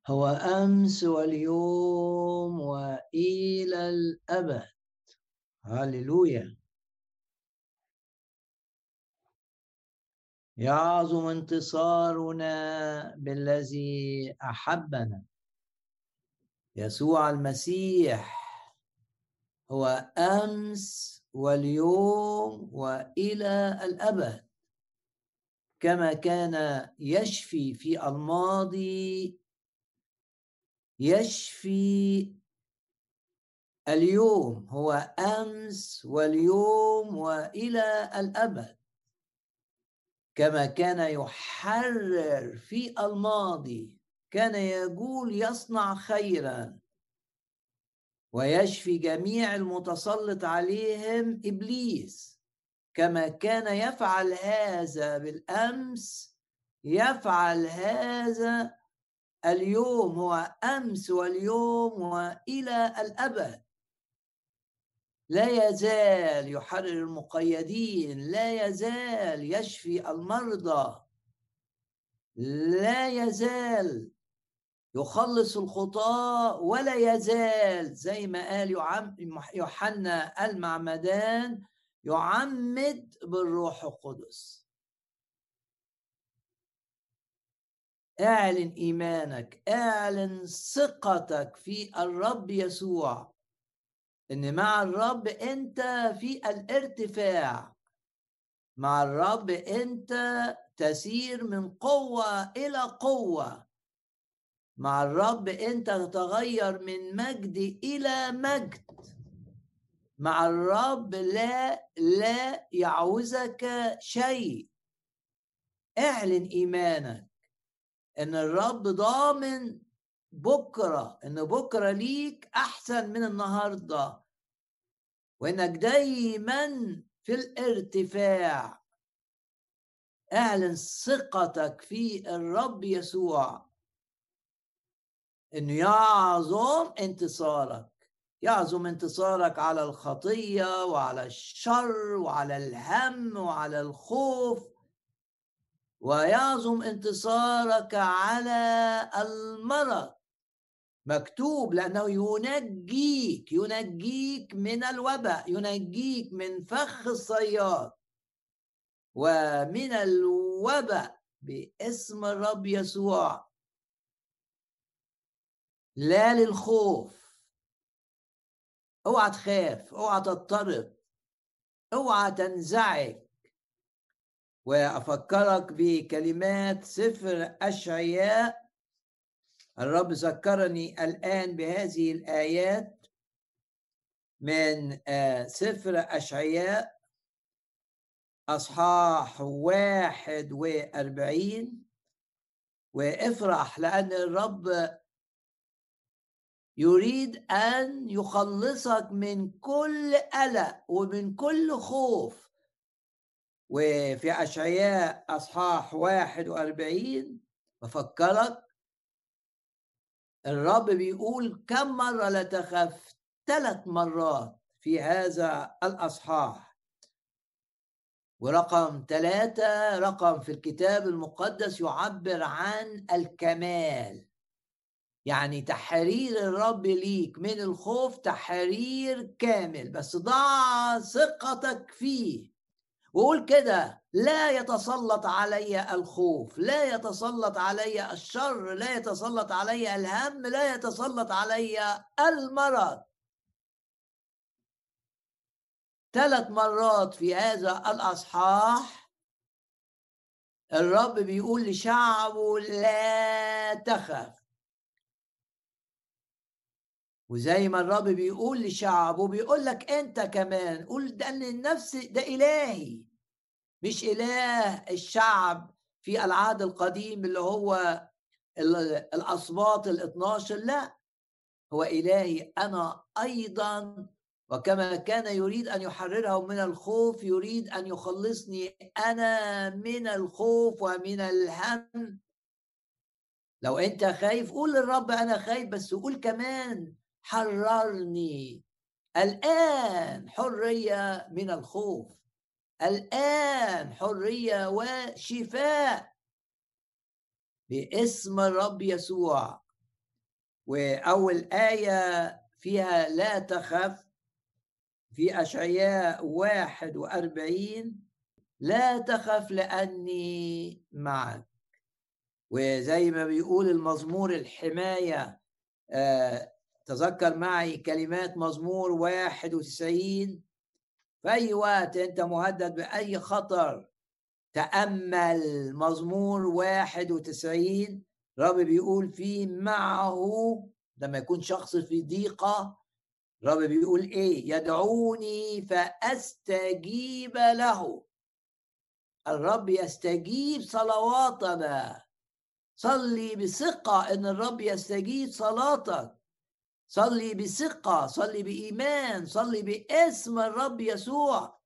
هو أمس واليوم وإلى الأبد. هللويا. يعظم انتصارنا بالذي أحبنا. يسوع المسيح هو أمس واليوم وإلى الأبد، كما كان يشفي في الماضي يشفي اليوم، هو أمس واليوم وإلى الأبد. كما كان يحرر في الماضي، كان يقول يصنع خيرا ويشفي جميع المتسلط عليهم إبليس. كما كان يفعل هذا بالأمس يفعل هذا اليوم، هو أمس واليوم وإلى الأبد. لا يزال يحرر المقيدين، لا يزال يشفي المرضى، لا يزال يخلص الخطاة، ولا يزال زي ما قال يوحنا المعمدان يعمد بالروح القدس. اعلن إيمانك، اعلن ثقتك في الرب يسوع، إن مع الرب أنت في الارتفاع، مع الرب أنت تسير من قوة إلى قوة، مع الرب أنت تتغير من مجد إلى مجد، مع الرب لا يعوزك شيء. اعلن إيمانك إن الرب ضامن بكرة، إن بكرة ليك أحسن من النهاردة، وإنك دايما في الارتفاع. اعلن ثقتك في الرب يسوع، إنه يعظم انتصارك، يعظم انتصارك على الخطية وعلى الشر وعلى الهم وعلى الخوف، ويعظم انتصارك على المرض. مكتوب لأنه ينجيك من الوباء، ينجيك من فخ الصياد ومن الوباء باسم الرب يسوع. لا للخوف، اوعى تخاف، اوعى تضطرب، اوعى تنزعج. وافكرك بكلمات سفر اشعياء. الرب ذكرني الان بهذه الايات من سفر اشعياء اصحاح 41. وافرح لان الرب يريد أن يخلصك من كل قلق ومن كل خوف. وفي أشعياء أصحاح 41 بفكرك الرب بيقول كم مرة لا تخاف، 3 مرات في هذا الأصحاح. ورقم 3 رقم في الكتاب المقدس يعبر عن الكمال، يعني تحرير الرب ليك من الخوف تحرير كامل. بس ضع ثقتك فيه وقول كده: لا يتسلط علي الخوف، لا يتسلط علي الشر، لا يتسلط علي الهم، لا يتسلط علي المرض. 3 مرات في هذا الأصحاح الرب بيقول لشعبه لا تخف. وزي ما الرب بيقول لشعبه بيقول لك انت كمان قول ده، ان النفس ده الهي، مش اله الشعب في العهد القديم اللي هو الاسباط 12. لا، هو الهي انا ايضا. وكما كان يريد ان يحررهم من الخوف يريد ان يخلصني انا من الخوف ومن الهم. لو انت خايف قول للرب انا خايف، بس قول كمان حررني الآن، حرية من الخوف، الآن حرية وشفاء باسم الرب يسوع. وأول آية فيها لا تخف في أشعياء 41: لا تخف لأني معك. وزي ما بيقول المزمور الحماية، تذكر معي كلمات مزمور 91: في أي وقت أنت مهدد بأي خطر تأمل مزمور 91. رب بيقول فيه معه لما يكون شخص في ضيقة. رب بيقول إيه؟ يدعوني فأستجيب له. الرب يستجيب صلواتنا. صلي بثقة إن الرب يستجيب صلاتك. صلي بثقة، صلي بإيمان، صلي باسم الرب يسوع.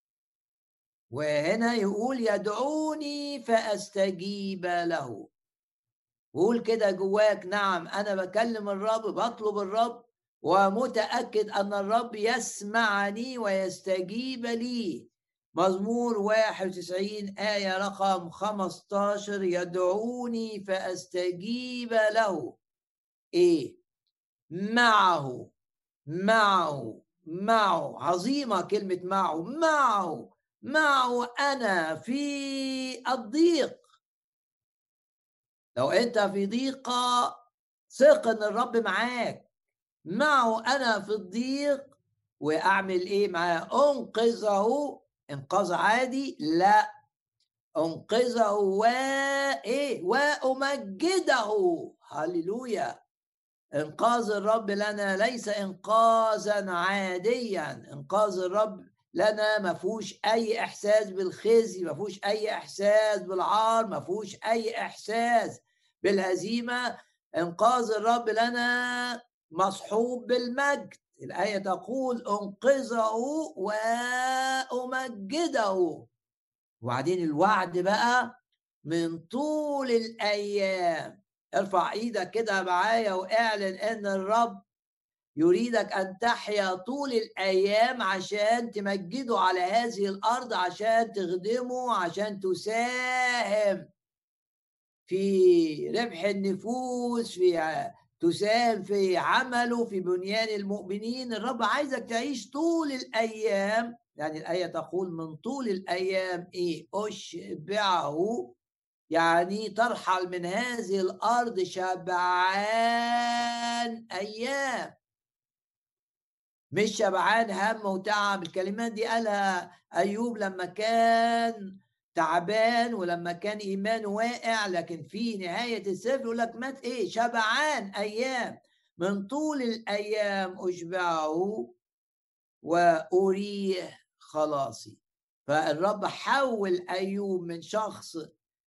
وهنا يقول يدعوني فأستجيب له. قول كده جواك: نعم أنا بكلم الرب، بطلب الرب، ومتأكد أن الرب يسمعني ويستجيب لي. مزمور 91 آية رقم 15: يدعوني فأستجيب له. إيه؟ معه. معه. معه. عظيمة كلمة معه. معه. معه أنا في الضيق. لو أنت في ضيقة ثق إن الرب معاك. معه أنا في الضيق. وأعمل إيه معاه؟ أنقذه. إنقاذ عادي؟ لا، أنقذه وإيه؟ وأمجده. هللويا. إنقاذ الرب لنا ليس إنقاذا عاديا. إنقاذ الرب لنا ما فيهوش أي إحساس بالخزي، ما فيهوش أي إحساس بالعار، ما فيهوش أي إحساس بالهزيمة. إنقاذ الرب لنا مصحوب بالمجد. الآية تقول أنقذه وأمجده. وبعدين الوعد بقى من طول الأيام. ارفع ايدك كده معايا واعلن ان الرب يريدك ان تحيا طول الايام عشان تمجده على هذه الارض، عشان تخدمه، عشان تساهم في ربح النفوس، تساهم في عمله، في بنيان المؤمنين. الرب عايزك تعيش طول الايام. يعني الايه تقول من طول الايام ايه؟ اشبعه. يعني ترحل من هذه الأرض شبعان أيام، مش شبعان هم وتعب. الكلمات دي قالها أيوب لما كان تعبان ولما كان إيمانه واقع، لكن في نهاية السفر يقول لك مات إيه؟ شبعان أيام. من طول الأيام أشبعه وأريه خلاصي. فالرب حول أيوب من شخص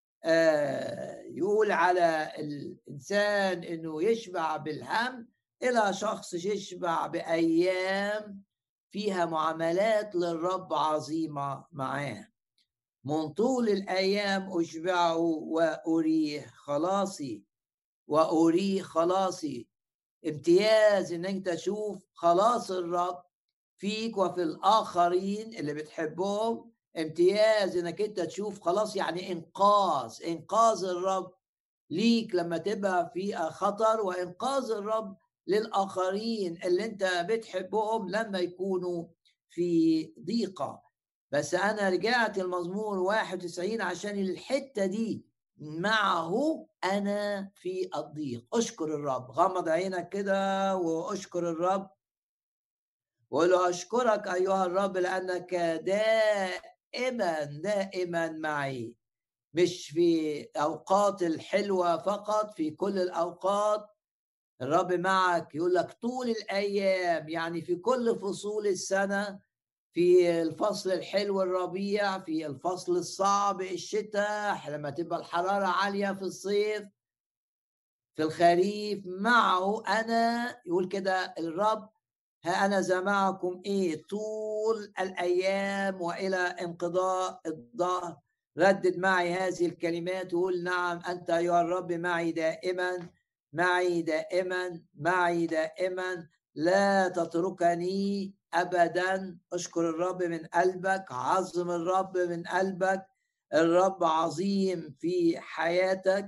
يقول على الإنسان إنه يشبع بالهم إلى شخص يشبع بأيام فيها معاملات للرب عظيمة معاه. من طول الأيام أشبعه وأريه خلاصي. وأريه خلاصي. امتياز إن أنت تشوف خلاص الرب فيك وفي الآخرين اللي بتحبهم. امتياز انك انت تشوف خلاص، يعني انقاذ الرب ليك لما تبقى في خطر، وانقاذ الرب للآخرين اللي انت بتحبهم لما يكونوا في ضيقة. بس انا رجعت المزمور 91 عشان الحتة دي: معه انا في الضيق. اشكر الرب. غمض عينك كده واشكر الرب. وقل له أشكرك أيها الرب لأنك دائما دائما معي، مش في أوقات الحلوة فقط، في كل الأوقات الرب معك. يقول لك طول الأيام، يعني في كل فصول السنة، في الفصل الحلو الربيع، في الفصل الصعب الشتاء، لما تبقى الحرارة عالية في الصيف، في الخريف. معه أنا. يقول كده الرب: ها أنا ذا معكم إيه؟ طول الأيام وإلى انقضاء الدهر. ردد معي هذه الكلمات وقول: نعم أنت أيها الرب معي دائما، معي دائما، معي دائما، لا تتركني أبدا. اشكر الرب من قلبك. عظم الرب من قلبك. الرب عظيم في حياتك.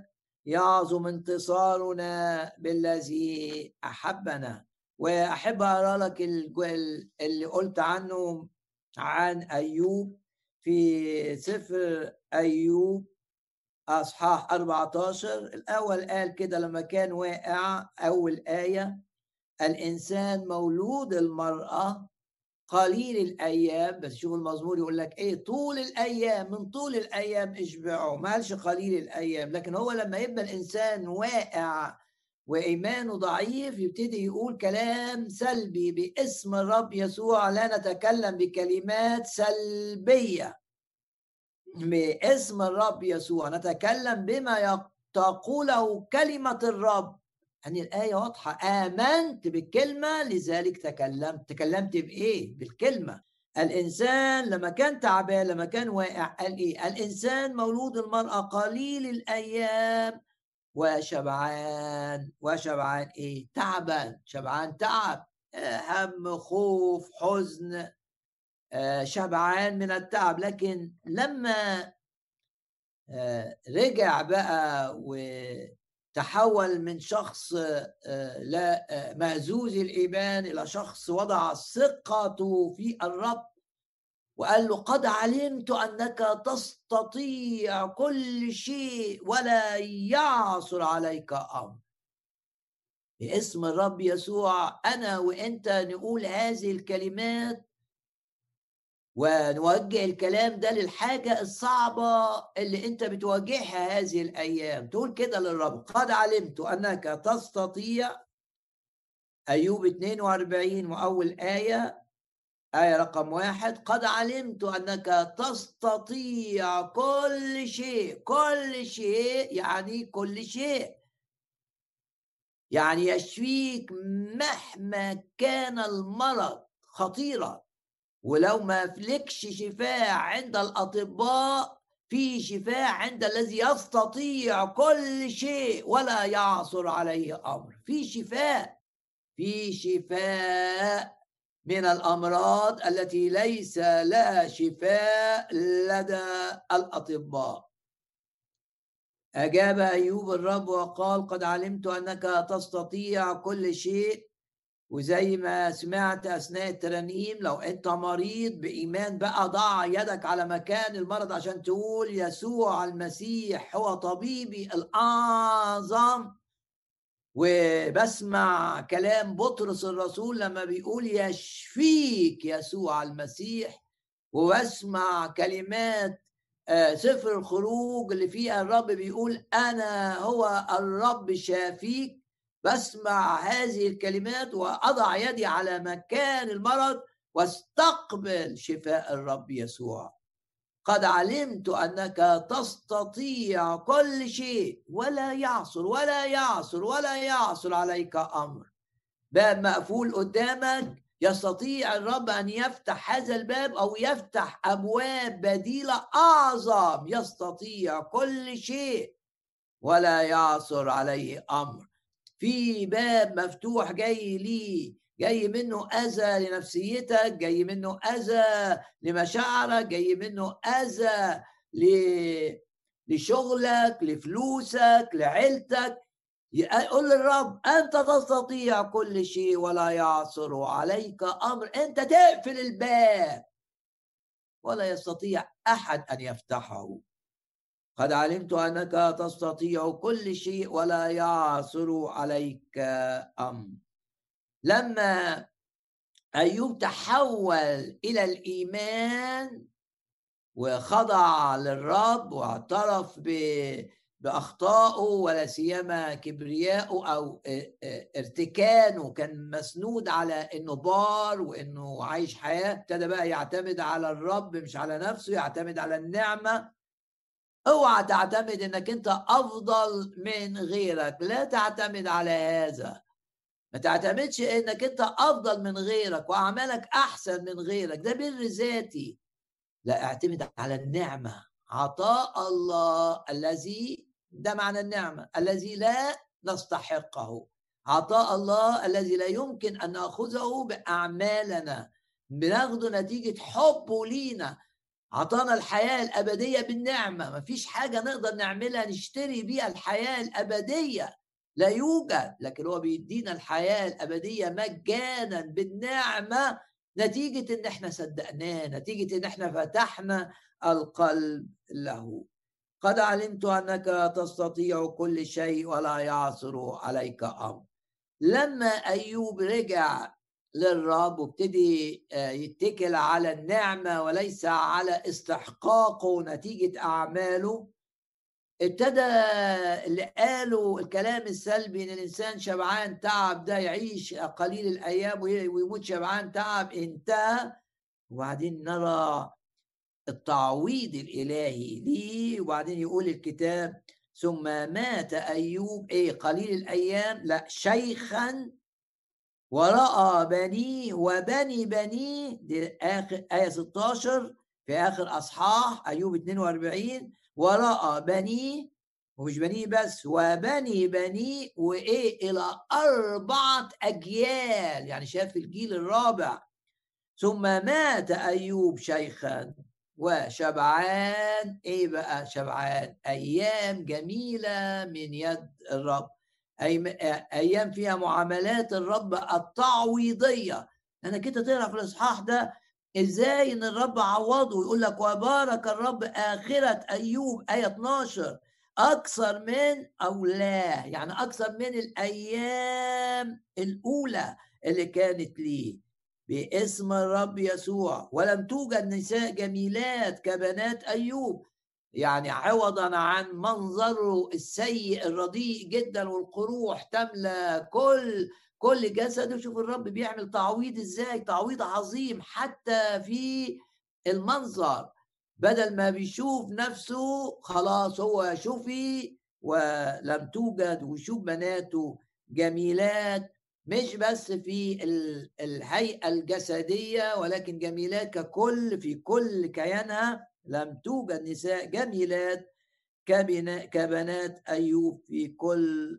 يعظم انتصارنا بالذي أحبنا. وأحب أقرأ لك اللي قلت عنه عن أيوب في سفر أيوب أصحاح 14. الأول قال كده لما كان واقع، أول آية: الإنسان مولود المرأة قليل الأيام. بس شوف المزمور يقول لك إيه: طول الأيام، من طول الأيام اشبعوا. ما قالش قليل الأيام. لكن هو لما يبقى الإنسان واقع وإيمانه ضعيف يبتدي يقول كلام سلبي. باسم الرب يسوع لا نتكلم بكلمات سلبية. باسم الرب يسوع نتكلم بما تقوله كلمة الرب. يعني الآية واضحة: آمنت بالكلمة لذلك تكلمت بإيه؟ بالكلمة. الإنسان لما كان تعبان، لما كان واقع، قال إيه؟ الإنسان مولود المرأة قليل الأيام وشبعان. وشبعان إيه؟ تعبان، شبعان تعب، هم، خوف، حزن، شبعان من التعب. لكن لما رجع بقى وتحول من شخص لا مهزوز الإيمان إلى شخص وضع ثقته في الرب وقال له: قد علمت أنك تستطيع كل شيء ولا يعثر عليك أمر. باسم الرب يسوع أنا وإنت نقول هذه الكلمات ونوجه الكلام ده للحاجة الصعبة اللي انت بتواجهها هذه الأيام. تقول كده للرب: قد علمت أنك تستطيع. أيوب 42 وأول آية، آية رقم 1: قد علمت أنك تستطيع كل شيء. كل شيء يعني كل شيء، يعني يشفيك مهما كان المرض خطيرا. ولو ما فلكش شفاء عند الأطباء، في شفاء عند الذي يستطيع كل شيء ولا يعثر عليه أمر. في شفاء، في شفاء من الأمراض التي ليس لها شفاء لدى الأطباء. أجاب أيوب الرب وقال: قد علمت أنك تستطيع كل شيء. وزي ما سمعت أثناء الترانيم، لو أنت مريض بإيمان بقى ضع يدك على مكان المرض عشان تقول: يسوع المسيح هو طبيبي الأعظم. وبسمع كلام بطرس الرسول لما بيقول: يشفيك يسوع المسيح. وبسمع كلمات سفر الخروج اللي فيها الرب بيقول: أنا هو الرب شافيك. بسمع هذه الكلمات وأضع يدي على مكان المرض واستقبل شفاء الرب يسوع. قد علمت أنك تستطيع كل شيء ولا يعثر عليك أمر. باب مقفول قدامك، يستطيع الرب أن يفتح هذا الباب أو يفتح أبواب بديلة أعظم. يستطيع كل شيء ولا يعثر عليه أمر. في باب مفتوح جاي ليه، جاي منه أذى لنفسيتك، جاي منه أذى لمشاعرك، جاي منه أذى لشغلك، لفلوسك، لعيلتك. قل للرب: أنت تستطيع كل شيء ولا يعثر عليك أمر. أنت تقفل الباب ولا يستطيع أحد أن يفتحه. قد علمت أنك تستطيع كل شيء ولا يعثر عليك أمر. لما أيوب تحول إلى الإيمان وخضع للرب واعترف بأخطائه ولا سيما كبرياءه أو ارتكانه، كان مسنود على إنه بار وإنه عايش حياة، ابتدى بقى يعتمد على الرب مش على نفسه، يعتمد على النعمة. اوعى تعتمد انك انت افضل من غيرك، لا تعتمد على هذا. ما تعتمدش انك انت افضل من غيرك واعمالك احسن من غيرك، ده بر ذاتي. لا، اعتمد على النعمة، عطاء الله الذي، ده معنى النعمة، الذي لا نستحقه. عطاء الله الذي لا يمكن أن نأخذه بأعمالنا، بناخده نتيجة حبه لينا. عطانا الحياة الأبدية بالنعمة. مفيش حاجة نقدر نعملها نشتري بيها الحياة الأبدية، لا يوجد. لكن هو بيدينا الحياة الأبدية مجانا بالنعمة، نتيجة إن إحنا صدقناه، نتيجة إن إحنا فتحنا القلب له. قد علمت أنك تستطيع كل شيء ولا يعثر عليك أمر. لما أيوب رجع للرب وابتدي يتكل على النعمة وليس على استحقاقه نتيجة أعماله، ابتدى اللي قالوا الكلام السلبي إن الإنسان شبعان تعب ده يعيش قليل الأيام ويموت شبعان تعب انتهى. وبعدين نرى التعويض الإلهي ليه. وبعدين يقول الكتاب ثم مات أيوب قليل الأيام، لا شيخا، ورأى بنيه وبني بنيه. دي آخر آية 16 في آخر أصحاح أيوب 42. ورأى بنيه، ومش بنيه بس، وبني بنيه إلى 4 أجيال، يعني شاف الجيل الرابع. ثم مات أيوب شيخا وشبعان. بقى شبعان أيام جميلة من يد الرب، أيام فيها معاملات الرب التعويضية. أنا كده تقرأ في الإصحاح ده إزاي إن الرب عوضه، ويقول لك وبارك الرب آخرة أيوب آية 12 أكثر من أولاه، يعني أكثر من الأيام الأولى اللي كانت ليه باسم الرب يسوع. ولم توجد نساء جميلات كبنات أيوب، يعني عوضا عن منظره السيء الرديء جدا والقروح تملى كل جسده. شوف الرب بيعمل تعويض ازاي، تعويض عظيم حتى في المنظر. بدل ما بيشوف نفسه خلاص هو شوفي ولم توجد، ويشوف بناته جميلات مش بس في الهيئة الجسدية ولكن جميلات ككل في كل كيانها. لم توجد نساء جميلات كبنات أيوب في كل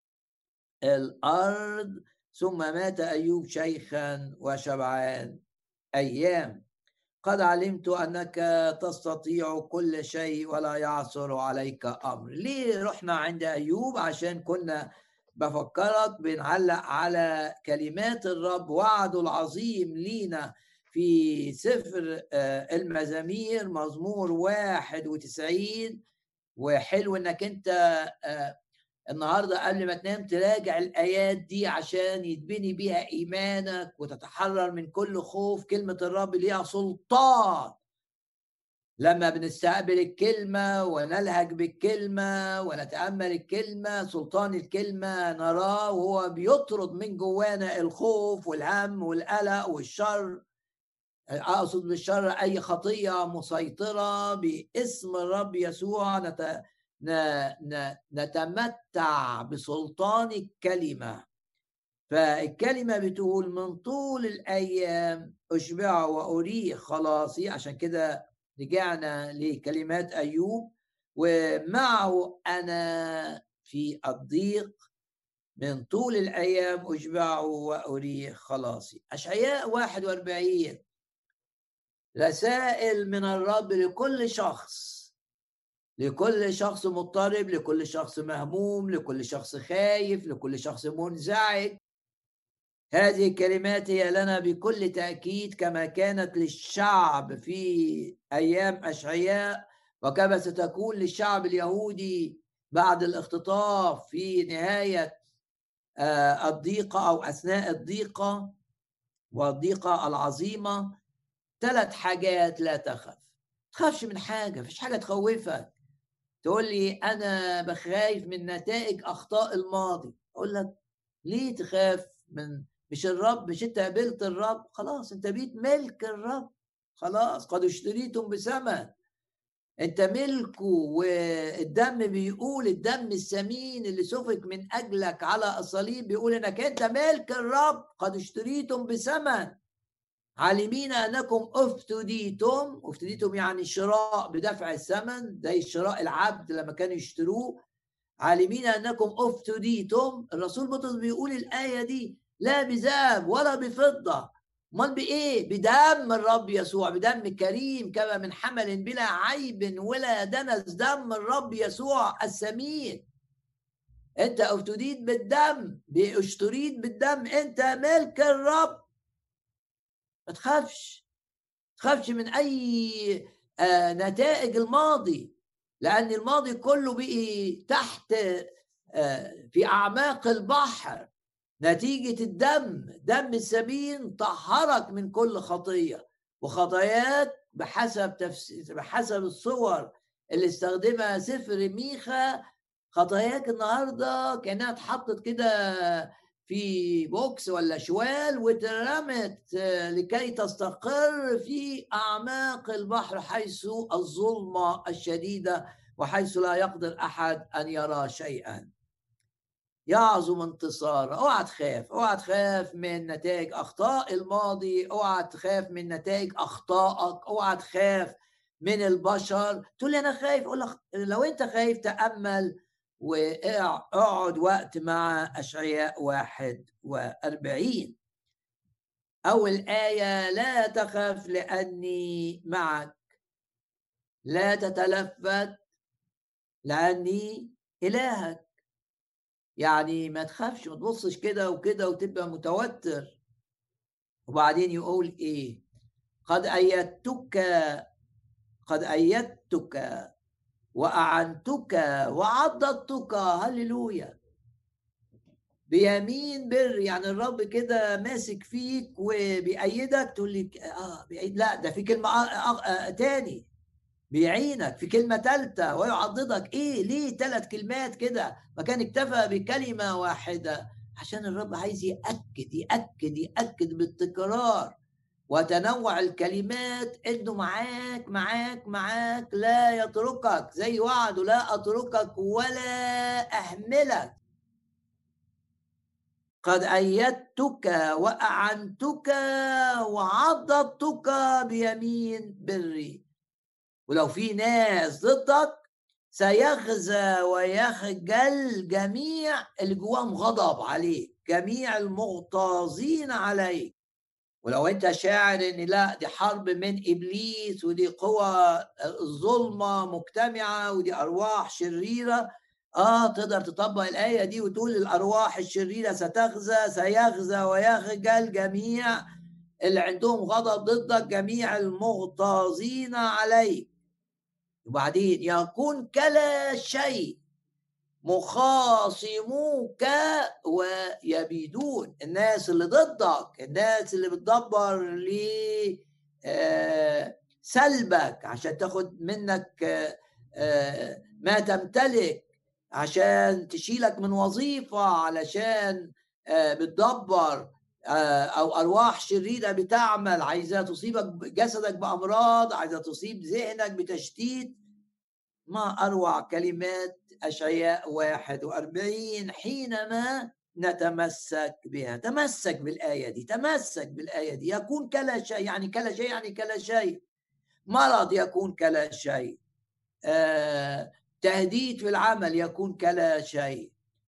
الأرض. ثم مات أيوب شيخا وشبعان أيام. قد علمت أنك تستطيع كل شيء ولا يعثر عليك أمر. ليه رحنا عند أيوب؟ عشان كنا بفكرك بنعلق على كلمات الرب، وعده العظيم لينا في سفر المزامير مزمور 91. وحلو انك انت النهاردة قبل ما تنام تراجع الآيات دي عشان يتبني بيها إيمانك وتتحرر من كل خوف. كلمة الرب ليها سلطان لما بنستقبل الكلمة ونلهج بالكلمة ونتأمل الكلمة. سلطان الكلمة نراه وهو بيطرد من جوانا الخوف والهم والقلق والشر. أقصد بالشر أي خطية مسيطرة. باسم الرب يسوع نتمتع بسلطان الكلمة. فالكلمة بتقول من طول الأيام أشبع وأريه خلاصي. عشان كده رجعنا لكلمات أيوب، ومعه أنا في الضيق من طول الأيام أشبع وأريه خلاصي. أشعياء 41 رسائل من الرب لكل شخص، لكل شخص مضطرب، لكل شخص مهموم، لكل شخص خايف، لكل شخص منزعج. هذه الكلمات هي لنا بكل تأكيد كما كانت للشعب في أيام أشعياء، وكما ستكون للشعب اليهودي بعد الاختطاف في نهاية الضيقة أو أثناء الضيقة والضيقة العظيمة. 3 حاجات لا تخف. تخافش من حاجة، مفيش حاجة تخوفك. تقول لي أنا بخايف من نتائج أخطاء الماضي. أقول لك ليه تخاف من مش الرب؟ مش انت قابلت الرب؟ خلاص انت بيت ملك الرب. خلاص قد اشتريتم بثمن، انت ملكه. والدم بيقول الدم الثمين اللي سفك من اجلك على الصليب بيقول انك انت ملك الرب. قد اشتريتم بثمن عالمين انكم افتديتم يعني شراء بدفع الثمن، زي شراء العبد لما كانوا يشتروه. عالمين انكم افتديتم. الرسول بطرس بيقول الايه دي لا بذهب ولا بفضه امال بايه؟ بدم الرب يسوع، بدم كريم كما من حمل بلا عيب ولا دنس، دم الرب يسوع الثمين. انت افتديت بالدم، اشتريت بالدم، انت ملك الرب. ما تخافش من اي نتائج الماضي، لان الماضي كله بقي تحت في اعماق البحر نتيجة الدم. دم السمين طهرك من كل خطية، وخطاياك بحسب الصور اللي استخدمها سفر ميخا. خطاياك النهاردة كأنها اتحطت كده في بوكس ولا شوال واترمت لكي تستقر في أعماق البحر، حيث الظلمة الشديدة وحيث لا يقدر أحد أن يرى شيئا. يعظم انتصار. اوعى تخاف من نتائج اخطاء الماضي، اوعى تخاف من نتائج اخطائك، اوعى تخاف من البشر. تقول لي انا خايف، اقول لك لو انت خايف تامل واقعد وقت مع اشعياء 41. اول ايه: لا تخف لاني معك، لا تتلفت لاني الهك. يعني ما تخافش، ما تبصش كده وكده وتبقى متوتر. وبعدين يقول ايه؟ قد أيدتك، قد أيدتك وأعنتك وعضدتك. هللويا. بيمين بر، يعني الرب كده ماسك فيك وبيأيدك. تقول لي بيأيد؟ لا، ده في كلمة تاني، بيعينك في كلمة ثالثة ويعضدك. ايه ليه 3 كلمات كده؟ ما كان اكتفى بكلمة واحدة؟ عشان الرب عايز يأكد يأكد يأكد بالتكرار وتنوع الكلمات انه معاك معاك معاك، لا يتركك، زي وعده لا اتركك ولا اهملك. قد أيدتك وأعنتك وعضدتك بيمين بري. ولو في ناس ضدك سيغزى ويخجل جميع اللي جواهم غضب عليك، جميع المغتاظين عليك. ولو انت شاعر ان لا دي حرب من ابليس ودي قوى الظلمه مجتمعه ودي ارواح شريره، تقدر تطبق الايه دي وتقول الارواح الشريره سيغزى ويخجل جميع اللي عندهم غضب ضدك، جميع المغتاظين عليك. وبعدين يكون كلا شيء مخاصموك ويبيدون. الناس اللي ضدك، الناس اللي بتدبر سلبك عشان تاخد منك ما تمتلك، عشان تشيلك من وظيفة، علشان بتدبر او ارواح شريره بتعمل عايزه تصيبك جسدك بامراض، عايزه تصيب ذهنك بتشتيت. ما أروع كلمات أشعياء 41 حينما نتمسك بها. تمسك بالآية دي، تمسك بالآية دي. يكون كلا شيء، يعني كلا شيء، يعني كلا شيء. مرض يكون كلا شيء، تهديد في العمل يكون كلا شيء،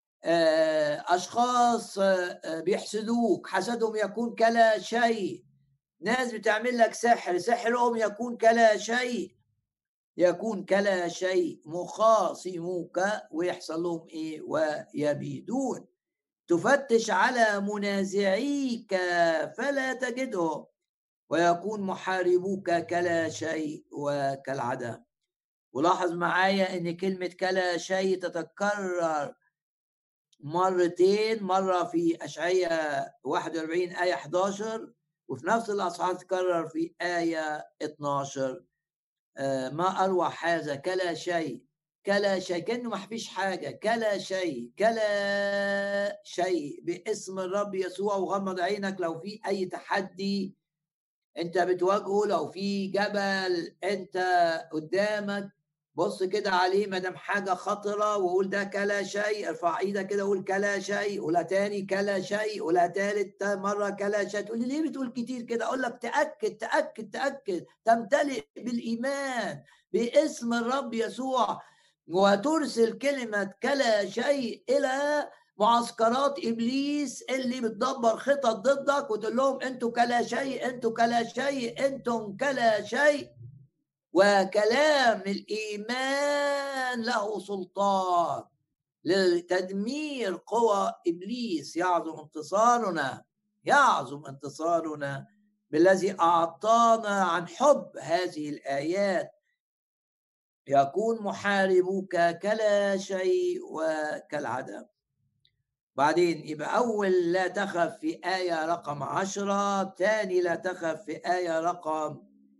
أشخاص بيحسدوك حسدهم يكون كلا شيء، ناس بتعمل لك سحر سحرهم يكون كلا شيء. يكون كلا شيء مخاصموك ويحصل لهم ايه؟ ويبيدون. تفتش على منازعيك فلا تجدهم، ويكون محاربوك كلا شيء وكالعدم. ولاحظ معايا ان كلمة كلا شيء تتكرر مرتين، مرة في أشعياء 41 آية 11، وفي نفس الأصحاح تتكرر في آية 12. ما أروع هذا، كلا شيء، كلا شيء، كأنه ما فيش حاجة، كلا شيء، كلا شيء باسم الرب يسوع. وغمض عينك لو في أي تحدي أنت بتواجهه، لو في جبل أنت قدامك، بص كده عليه ما دام حاجة خطرة وقول ده كلا شيء. ارفع ايدك كده وقول كلا شيء، قولها تاني كلا شيء، قولها تالت مرة كلا شيء. تقول لي ليه بتقول كتير كده؟ اقول لك تأكد تأكد تأكد، تمتلئ بالإيمان باسم الرب يسوع وترسل كلمة كلا شيء إلى معسكرات إبليس اللي بتدبر خطط ضدك وتقول لهم أنتوا كلا شيء، أنتوا كلا شيء، أنتم كلا شيء. وكلام الإيمان له سلطان لتدمير قوى إبليس. يعظم انتصارنا، يعظم انتصارنا بالذي أعطانا عن حب هذه الآيات. يكون محاربوك كلا شيء وكالعدم. بعدين يبقى أول لا تخف في آية رقم 10، ثاني لا تخف في آية رقم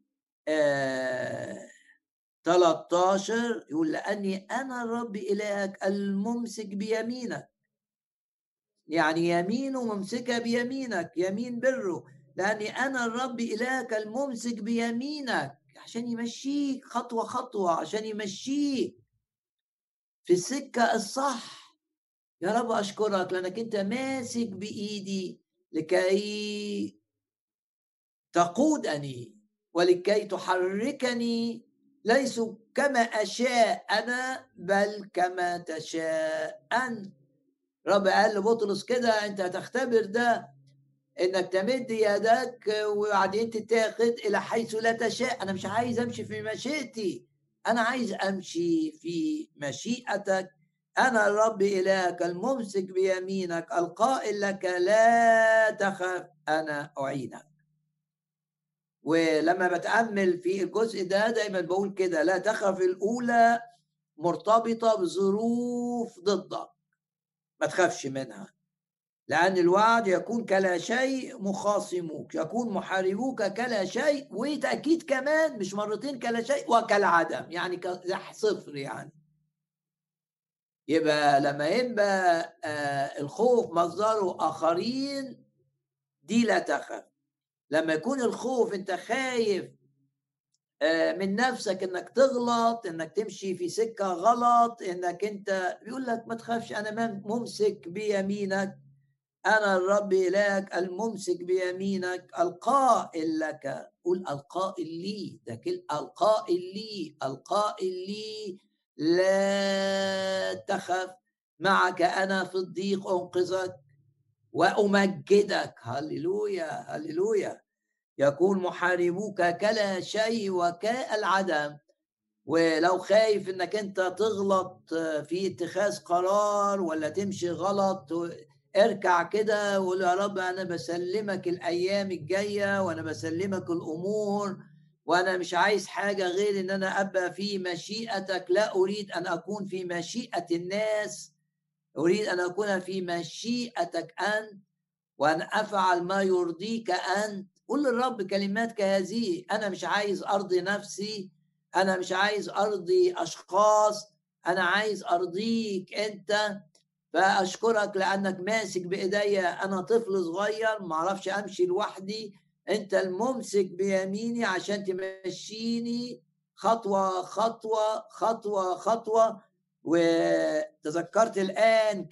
13، يقول لأني أنا الرب إلهك الممسك بيمينك. يعني يمينه ممسكة بيمينك، يمين بره. لأني أنا الرب إلهك الممسك بيمينك، عشان يمشيك خطوة خطوة، عشان يمشيك في السكة الصح. يا رب أشكرك لأنك أنت ماسك بإيدي لكي تقودني ولكي تحركني، ليس كما أشاء أنا بل كما تشاء أنت. رب قال لبطرس كده أنت هتختبر ده، إنك تمد يدك وبعدين تتاخد إلى حيث لا تشاء. أنا مش عايز أمشي في مشيئتي، أنا عايز أمشي في مشيئتك. أنا الرب إلهك الممسك بيمينك القائل لك لا تخف أنا أعينك. ولما بتأمل في الجزء ده دايما بقول كده، لا تخف الأولى مرتبطة بظروف ضدك، ما تخافش منها، لأن الوعد يكون كلا شيء مخاصموك، يكون محاربوك كلا شيء، وتأكيد كمان مش مرتين كلا شيء وكالعدم، يعني صفر يعني. يبقى لما يبقى الخوف مصدره آخرين، دي لا تخف. لما يكون الخوف انت خايف من نفسك انك تغلط، انك تمشي في سكة غلط، انك انت بيقول لك ما تخافش انا ممسك بيمينك. انا الرب الهك الممسك بيمينك القائل لك. قول القائل لي، ده القائل لي، القائل لي لا تخف، معك انا في الضيق انقذك وامجدك. هللويا هللويا. يكون محاربوك كلا شيء وكالعدم. ولو خايف انك انت تغلط في اتخاذ قرار ولا تمشي غلط، اركع كده وقول يا رب انا بسلمك الايام الجايه، وانا بسلمك الامور، وانا مش عايز حاجه غير ان انا ابقى في مشيئتك. لا اريد ان اكون في مشيئه الناس، اريد ان اكون في مشيئتك انت، وأن أفعل ما يرضيك أنت. قل للرب كلمات كهذه: أنا مش عايز أرضي نفسي، أنا مش عايز أرضي أشخاص، أنا عايز أرضيك أنت. فأشكرك لأنك ماسك بإيديا، أنا طفل صغير معرفش أمشي لوحدي، أنت الممسك بيميني عشان تمشيني خطوة خطوة خطوة خطوة. وتذكرت الآن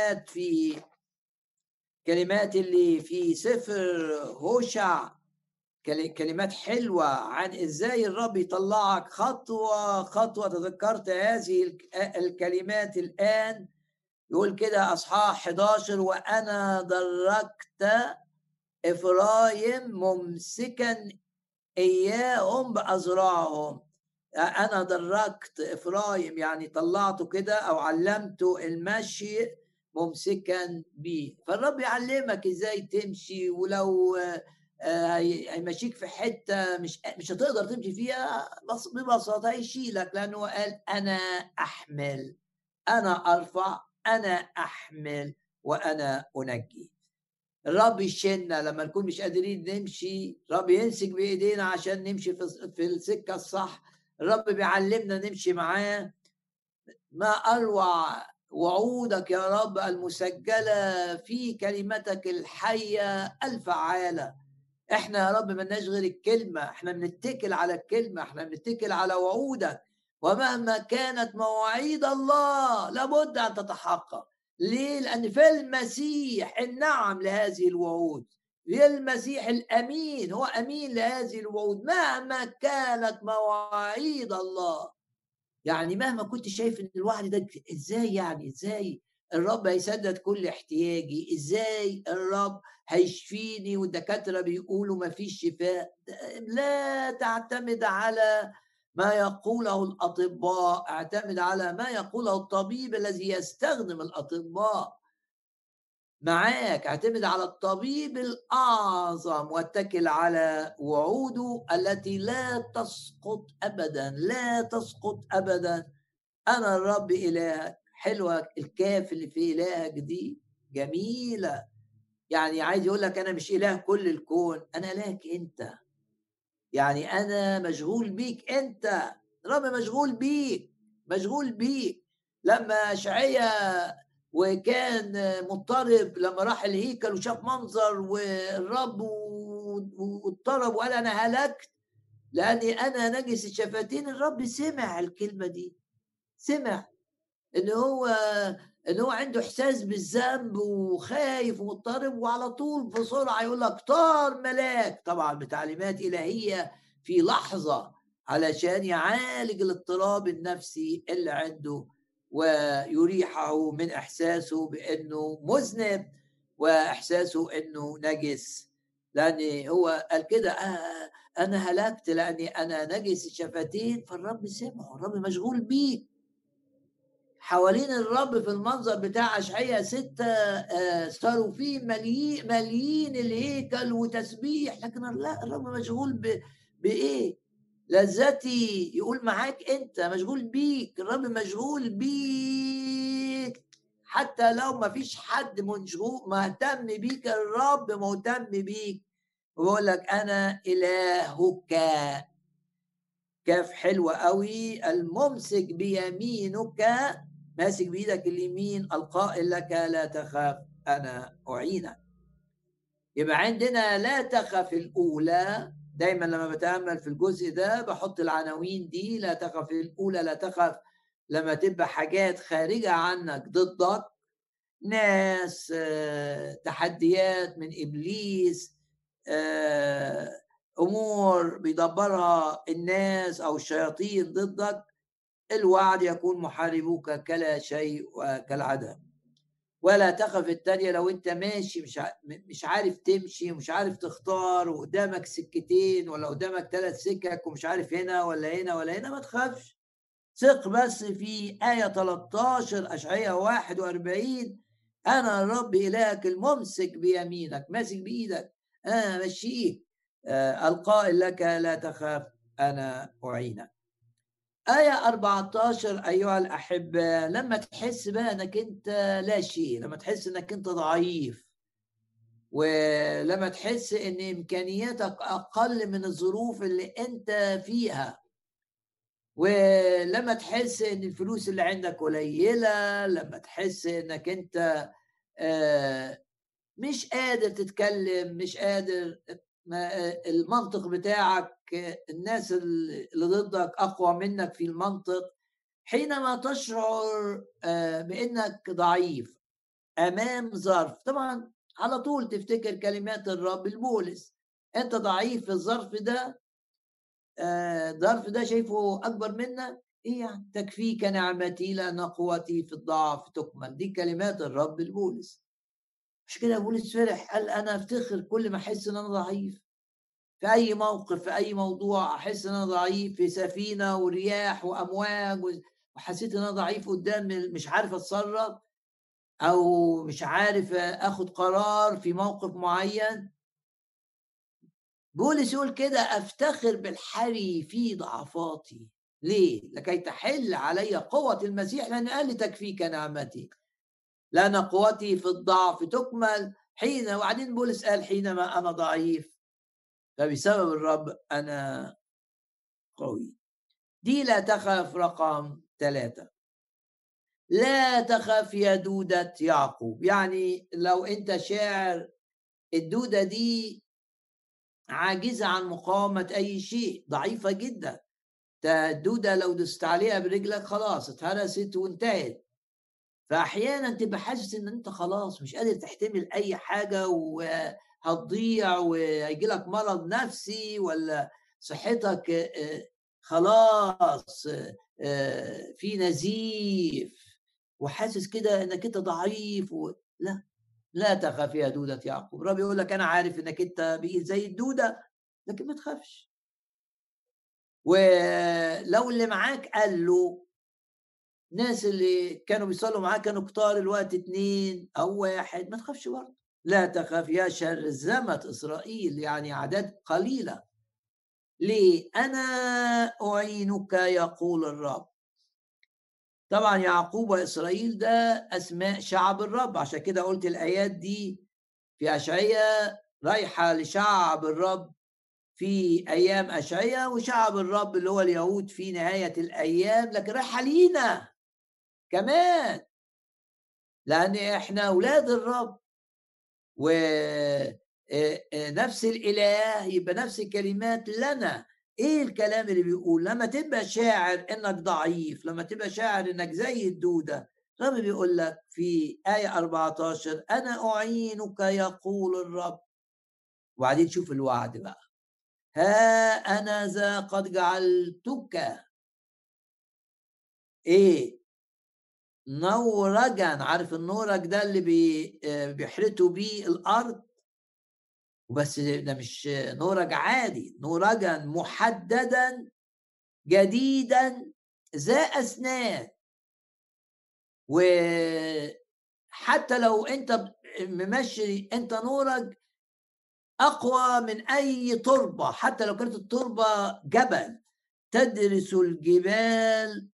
كلمات اللي في سفر هوشع، كلمات حلوة عن إزاي الرب يطلعك خطوة خطوة. تذكرت هذه الكلمات الآن. يقول كده أصحاح 11: وأنا دركت إفرايم ممسكا إياهم بأذرعهم. أنا دركت إفرايم يعني طلعته كده أو علمته المشي ممسكا بيه. فالرب يعلمك إزاي تمشي، ولو هيمشيك في حتة مش هتقدر تمشي فيها، بس ببساطة هيشيلك، لأنه قال أنا أحمل، أنا أرفع، أنا أحمل وأنا أنجي. الرب يشيلنا لما نكون مش قادرين نمشي، الرب يمسك بايدينا عشان نمشي في السكه الصح. الرب بيعلمنا نمشي معاه. ما اروع وعودك يا رب المسجله في كلمتك الحيه الفعاله. احنا يا رب ملناش غير الكلمه، احنا بنتكل على الكلمه، احنا بنتكل على وعودك. ومهما كانت مواعيد الله لابد ان تتحقق. ليه؟ لان في المسيح النعم لهذه الوعود، في المسيح الامين، هو امين لهذه الوعود مهما كانت مواعيد الله. يعني مهما كنت شايف ان الوعد ده ازاي، يعني ازاي الرب هيسدد كل احتياجي، ازاي الرب هيشفيني والدكاترة بيقولوا ما فيش شفاء. لا تعتمد على ما يقوله الأطباء، اعتمد على ما يقوله الطبيب الذي يستخدم الأطباء معاك. اعتمد على الطبيب الأعظم واتكل على وعوده التي لا تسقط أبدا، لا تسقط أبدا. أنا الرب إلهك. حلوة الكاف اللي في إلهك دي، جميلة. يعني عايز يقول لك أنا مش إله كل الكون، أنا إلهك أنت. يعني أنا مشغول بيك أنت، الرب مشغول بيك، مشغول بيك. لما أشعيا وكان مضطرب لما راح الهيكل وشاف منظر والرب واضطرب وقال أنا هلكت لأني أنا نجس الشفتين، الرب سمع الكلمة دي، سمع ان هو عنده احساس بالذنب وخايف ومضطرب، وعلى طول بسرعه يقول لك طار ملاك، طبعا بتعليمات الهيه في لحظه، علشان يعالج الاضطراب النفسي اللي عنده ويريحه من احساسه بانه مذنب واحساسه انه نجس. لان هو قال كده انا هلكت لاني انا نجس الشفتين. فالرب سمعه، الرب مشغول بيك. حوالين الرب في المنظر بتاع أشعياء 6 صاروفين ماليين الهيكل وتسبيح، لكن لا، الرب مشغول بإيه؟ لذتي يقول معاك أنت، مشغول بيك، الرب مشغول بيك. حتى لو ما فيش حد مشغول مهتم بيك، الرب مهتم بيك ويقول لك أنا إلهك. كاف حلوة قوي. الممسك بيمينك، ماسك بإيدك اليمين، القائل لك لا تخاف أنا أعينك. يبقى عندنا لا تخف الأولى. دايما لما بتأمل في الجزء ده بحط العناوين دي، لا تخف الأولى، لا تخف لما تبقى حاجات خارجة عنك ضدك، ناس، تحديات من إبليس، أمور بيدبرها الناس أو الشياطين ضدك. الوعد يكون محاربوك كلا شيء وكالعدم. ولا تخف التانية لو انت ماشي مش عارف تمشي ومش عارف تختار، وقدامك سكتين ولا قدامك 3 سكك ومش عارف هنا ولا هنا ولا هنا، ما تخافش. ثق بس في آية 13 أشعياء 41، أنا الرب إلهك الممسك بيمينك، ماسك بإيدك، أنا مشيك، القائل لك لا تخاف أنا أعينك. آية 14 أيها الأحبة، لما تحس بقى أنك أنت لا شيء، لما تحس أنك أنت ضعيف، ولما تحس أن إمكانياتك أقل من الظروف اللي أنت فيها، ولما تحس أن الفلوس اللي عندك قليلة، لما تحس أنك أنت مش قادر تتكلم، مش قادر، المنطق بتاعك الناس اللي ضدك أقوى منك في المنطق، حينما تشعر بأنك ضعيف أمام ظرف، طبعا على طول تفتكر كلمات الرب البولس، أنت ضعيف في الظرف ده، الظرف ده شايفه أكبر منك، إيه يعني؟ تكفيك نعمتي لأن قوتي في الضعف تكمل. دي كلمات الرب البولس. مش كده بولس فرح قال أنا أفتخر كل ما أحس إن أنا ضعيف في أي موقف، في أي موضوع أحس إن أنا ضعيف، في سفينة ورياح وأمواج وحسيت إن أنا ضعيف قدام، مش عارف أتصرف أو مش عارف أخد قرار في موقف معين. بولس يقول كده أفتخر بالحري في ضعفاتي. ليه؟ لكي تحل علي قوة المسيح، لأن قال لي تكفيك نعمتي لأن قوتي في الضعف تكمل. وبعدين بولس قال حينما أنا ضعيف فبسبب الرب أنا قوي. دي لا تخف رقم 3. لا تخف يا دودة يعقوب. يعني لو أنت شاعر الدودة دي عاجزة عن مقاومة أي شيء، ضعيفة جدا، الدودة لو دست عليها برجلك خلاص اتهرست وانتهت. فأحيانا تبقى حاسس إن أنت خلاص مش قادر تحتمل أي حاجة وهتضيع وهيجي لك مرض نفسي، ولا صحتك خلاص في نزيف، وحاسس كده إنك أنت ضعيف لا، لا تخف يا دودة يعقوب. الرب يقول لك أنا عارف إنك أنت بقيت زي الدودة، لكن ما تخافش. ولو اللي معاك قال له، الناس اللي كانوا بيصلّوا معاه كانوا كتار، الوقت 2 أو 1، ما تخافش برضه. لا تخف يا شرذمة إسرائيل، يعني أعداد قليلة. ليه؟ أنا أعينك يقول الرب. طبعًا يعقوب وإسرائيل ده أسماء شعب الرب، عشان كده قُلت الآيات دي في أشعياء رايحة لشعب الرب في أيام أشعياء، وشعب الرب اللي هو اليهود في نهاية الأيام، لكن رايحة لينا كمان، لأن إحنا أولاد الرب. و نفس الإله يبقى نفس الكلمات لنا. إيه الكلام اللي بيقول؟ لمّا تبقى شاعر إنك ضعيف، لمّا تبقى شاعر إنك زي الدودة، الرب بيقول لك في آية 14: أنا أعينك يقول الرب. وبعدين شوف الوعد بقى: ها أنا ذا قد جعلتك إيه؟ نورجًا. عارف النورج ده اللي بيحرثوا بيه الأرض؟ وبس ده مش نورج عادي، نورجًا محددًا جديدًا ذا أسنان. وحتى لو أنت ممشّي أنت نورج أقوى من أي تربة، حتى لو كانت التربة جبل، تدرس الجبال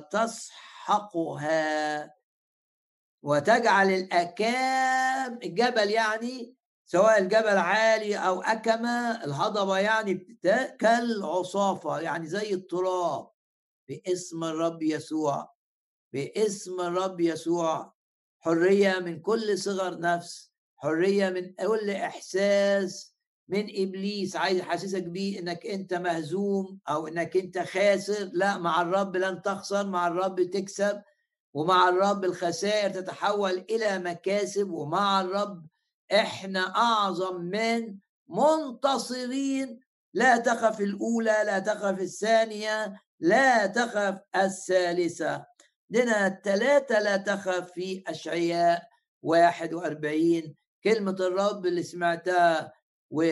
وتسحقها وتجعل الأكام، الجبل يعني سواء الجبل عالي أو أكمة، الهضبة يعني كالعصافة، يعني زي التراب. باسم الرب يسوع، باسم الرب يسوع، حرية من كل صغر نفس، حرية من كل إحساس من إبليس عايز يحسسك بيه إنك أنت مهزوم أو إنك أنت خاسر. لا، مع الرب لن تخسر، مع الرب تكسب، ومع الرب الخسائر تتحول إلى مكاسب، ومع الرب إحنا أعظم من منتصرين. لا تخف الأولى، لا تخف الثانية، لا تخف الثالثة. لنا الثلاثة لا تخف في أشعياء 41، كلمة الرب اللي سمعتها. و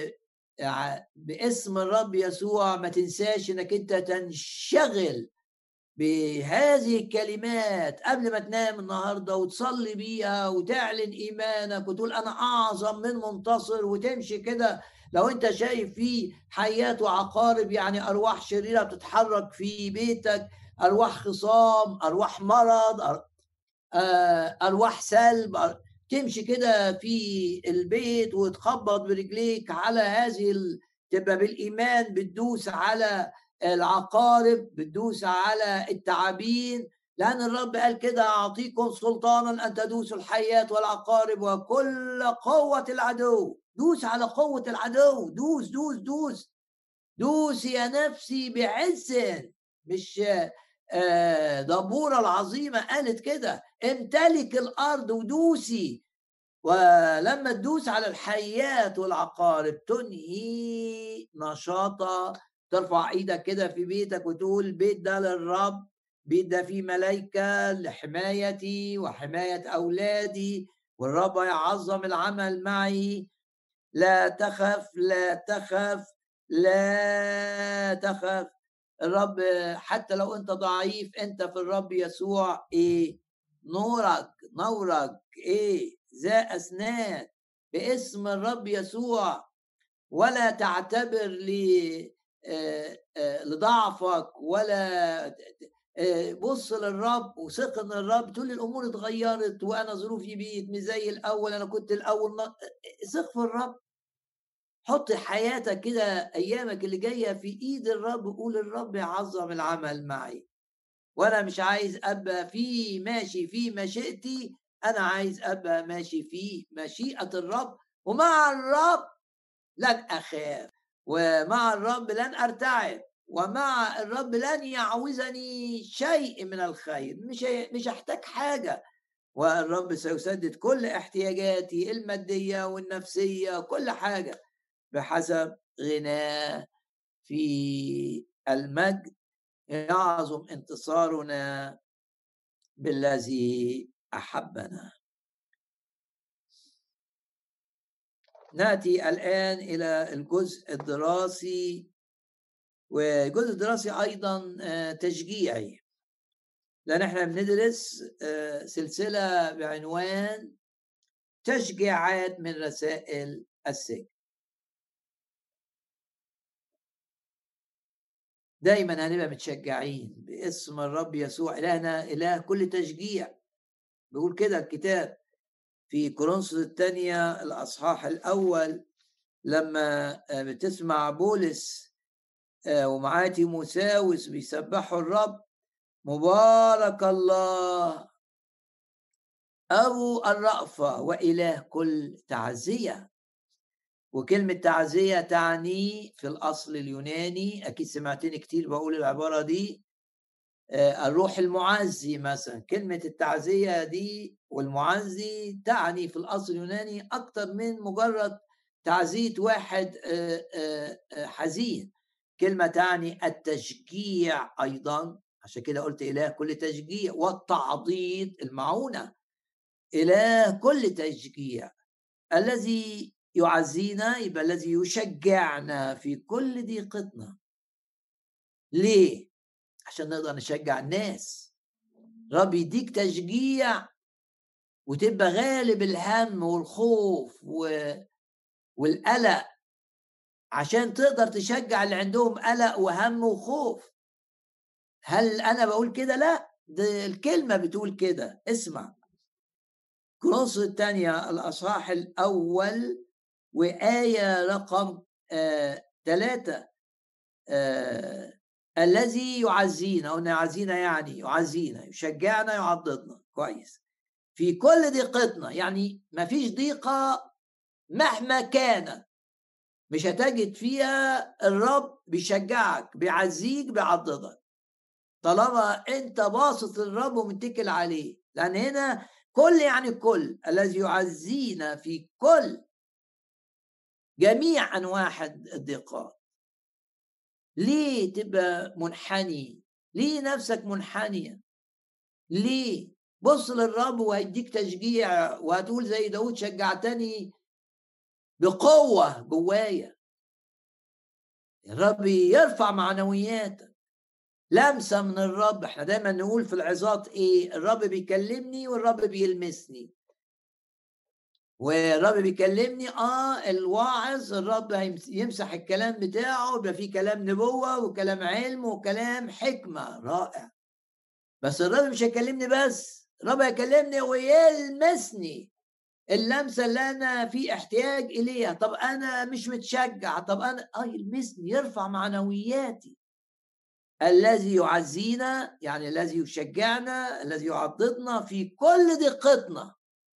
باسم الرب يسوع ما تنساش انك انت تنشغل بهذه الكلمات قبل ما تنام النهارده، وتصلي بيها وتعلن ايمانك وتقول انا اعظم من منتصر، وتمشي كده. لو انت شايف في حيات وعقارب، يعني ارواح شريره بتتحرك في بيتك، ارواح خصام، ارواح مرض، ارواح سلب، تمشي كده في البيت وتخبط برجليك على تبقى بالايمان بتدوس على العقارب، بتدوس على التعابين، لأن الرب قال كده: أعطيكم سلطانا أن تدوسوا الحيات والعقارب وكل قوة العدو. دوس على قوة العدو، دوس دوس دوس دوس يا نفسي بعز. مش دبورة العظيمة قالت كده: امتلك الأرض ودوسي. ولما تدوس على الحيات والعقارب تنهي نشاطها. ترفع ايدك كده في بيتك وتقول: البيت ده للرب، بيت ده فيه ملائكة لحمايتي وحماية أولادي، والرب يعظم العمل معي. لا تخف، لا تخف، لا تخف. الرب حتى لو انت ضعيف، انت في الرب يسوع ايه؟ نورك ايه؟ ذا اسنان. باسم الرب يسوع. ولا تعتبر لضعفك، ولا بص للرب وثق ان الرب. تقول لي الامور اتغيرت وانا ظروفي بقت مش زي الاول، انا كنت الاول. ثق في الرب. حط حياتك كده، ايامك اللي جايه في ايد الرب، قول: الرب يعظم العمل معي، وانا مش عايز ابقى ماشي في مشيئتي، انا عايز ابقى ماشي في مشيئه الرب. ومع الرب لن اخاف، ومع الرب لن ارتعب، ومع الرب لن يعوزني شيء من الخير. مش هحتاج حاجه، والرب سيسدد كل احتياجاتي الماديه والنفسيه، كل حاجه بحسب غناه في المجد. يعظم انتصارنا بالذي أحبنا. نأتي الآن إلى الجزء الدراسي، والجزء الدراسي أيضا تشجيعي، لأن احنا بندرس سلسلة بعنوان تشجيعات من رسائل السجن. دايما هنبقى متشجعين باسم الرب يسوع. إلهنا إله كل تشجيع، بيقول كده الكتاب في كورنثوس الثانية الأصحاح الأول، لما بتسمع بولس ومعاه تيموثاوس بيسبحوا الرب: مبارك الله أبو الرأفة وإله كل تعزية. وكلمة تعزية تعني في الأصل اليوناني، أكيد سمعتني كتير بقول العبارة دي، الروح المعزي مثلا. كلمة التعزية دي والمعزي تعني في الأصل اليوناني أكتر من مجرد تعزية واحد حزين. كلمة تعني التشجيع أيضا، عشان كده قلت إله كل تشجيع، والتعضيد المعونة. إله كل تشجيع الذي يعزينا، يبقى الذي يشجعنا في كل ضيقتنا. ليه؟ عشان نقدر نشجع الناس. رب يديك تشجيع وتبقى غالب الهم والخوف والقلق، عشان تقدر تشجع اللي عندهم قلق وهم وخوف. هل أنا بقول كده؟ لا، ده الكلمة بتقول كده. اسمع كورنثوس الثانية الأصحاح الأول وآية رقم 3: الذي يعزينا. قلنا يعزينا يعني يعزينا، يشجعنا، يعضدنا. كويس. في كل ضيقتنا، يعني ما فيش ضيقة مهما كانت مش هتجد فيها الرب بيشجعك، بيعزيك، بيعضدك، طالما انت باصص للرب ومتكل عليه. لان هنا كل يعني كل، الذي يعزينا في كل جميع انواع الضيقات. ليه تبقى منحني؟ ليه نفسك منحنية؟ ليه؟ بص للرب وهيديك تشجيع، وهتقول زي داود: شجعتني بقوة جوايا. الرب يرفع معنوياتك، لمسة من الرب. احنا دايما نقول في العظات ايه؟ الرب بيكلمني والرب بيلمسني. والرب بيكلمني الواعظ، الرب يمسح الكلام بتاعه، يبقى فيه كلام نبوة وكلام علم وكلام حكمة رائع. بس الرب مش هيكلمني بس، الرب هيكلمني ويلمسني، اللمسة اللي أنا في احتياج إليها. طب أنا مش متشجع، طب أنا يلمسني، يرفع معنوياتي. الذي يعزينا يعني الذي يشجعنا، الذي يعضدنا في كل ضيقتنا،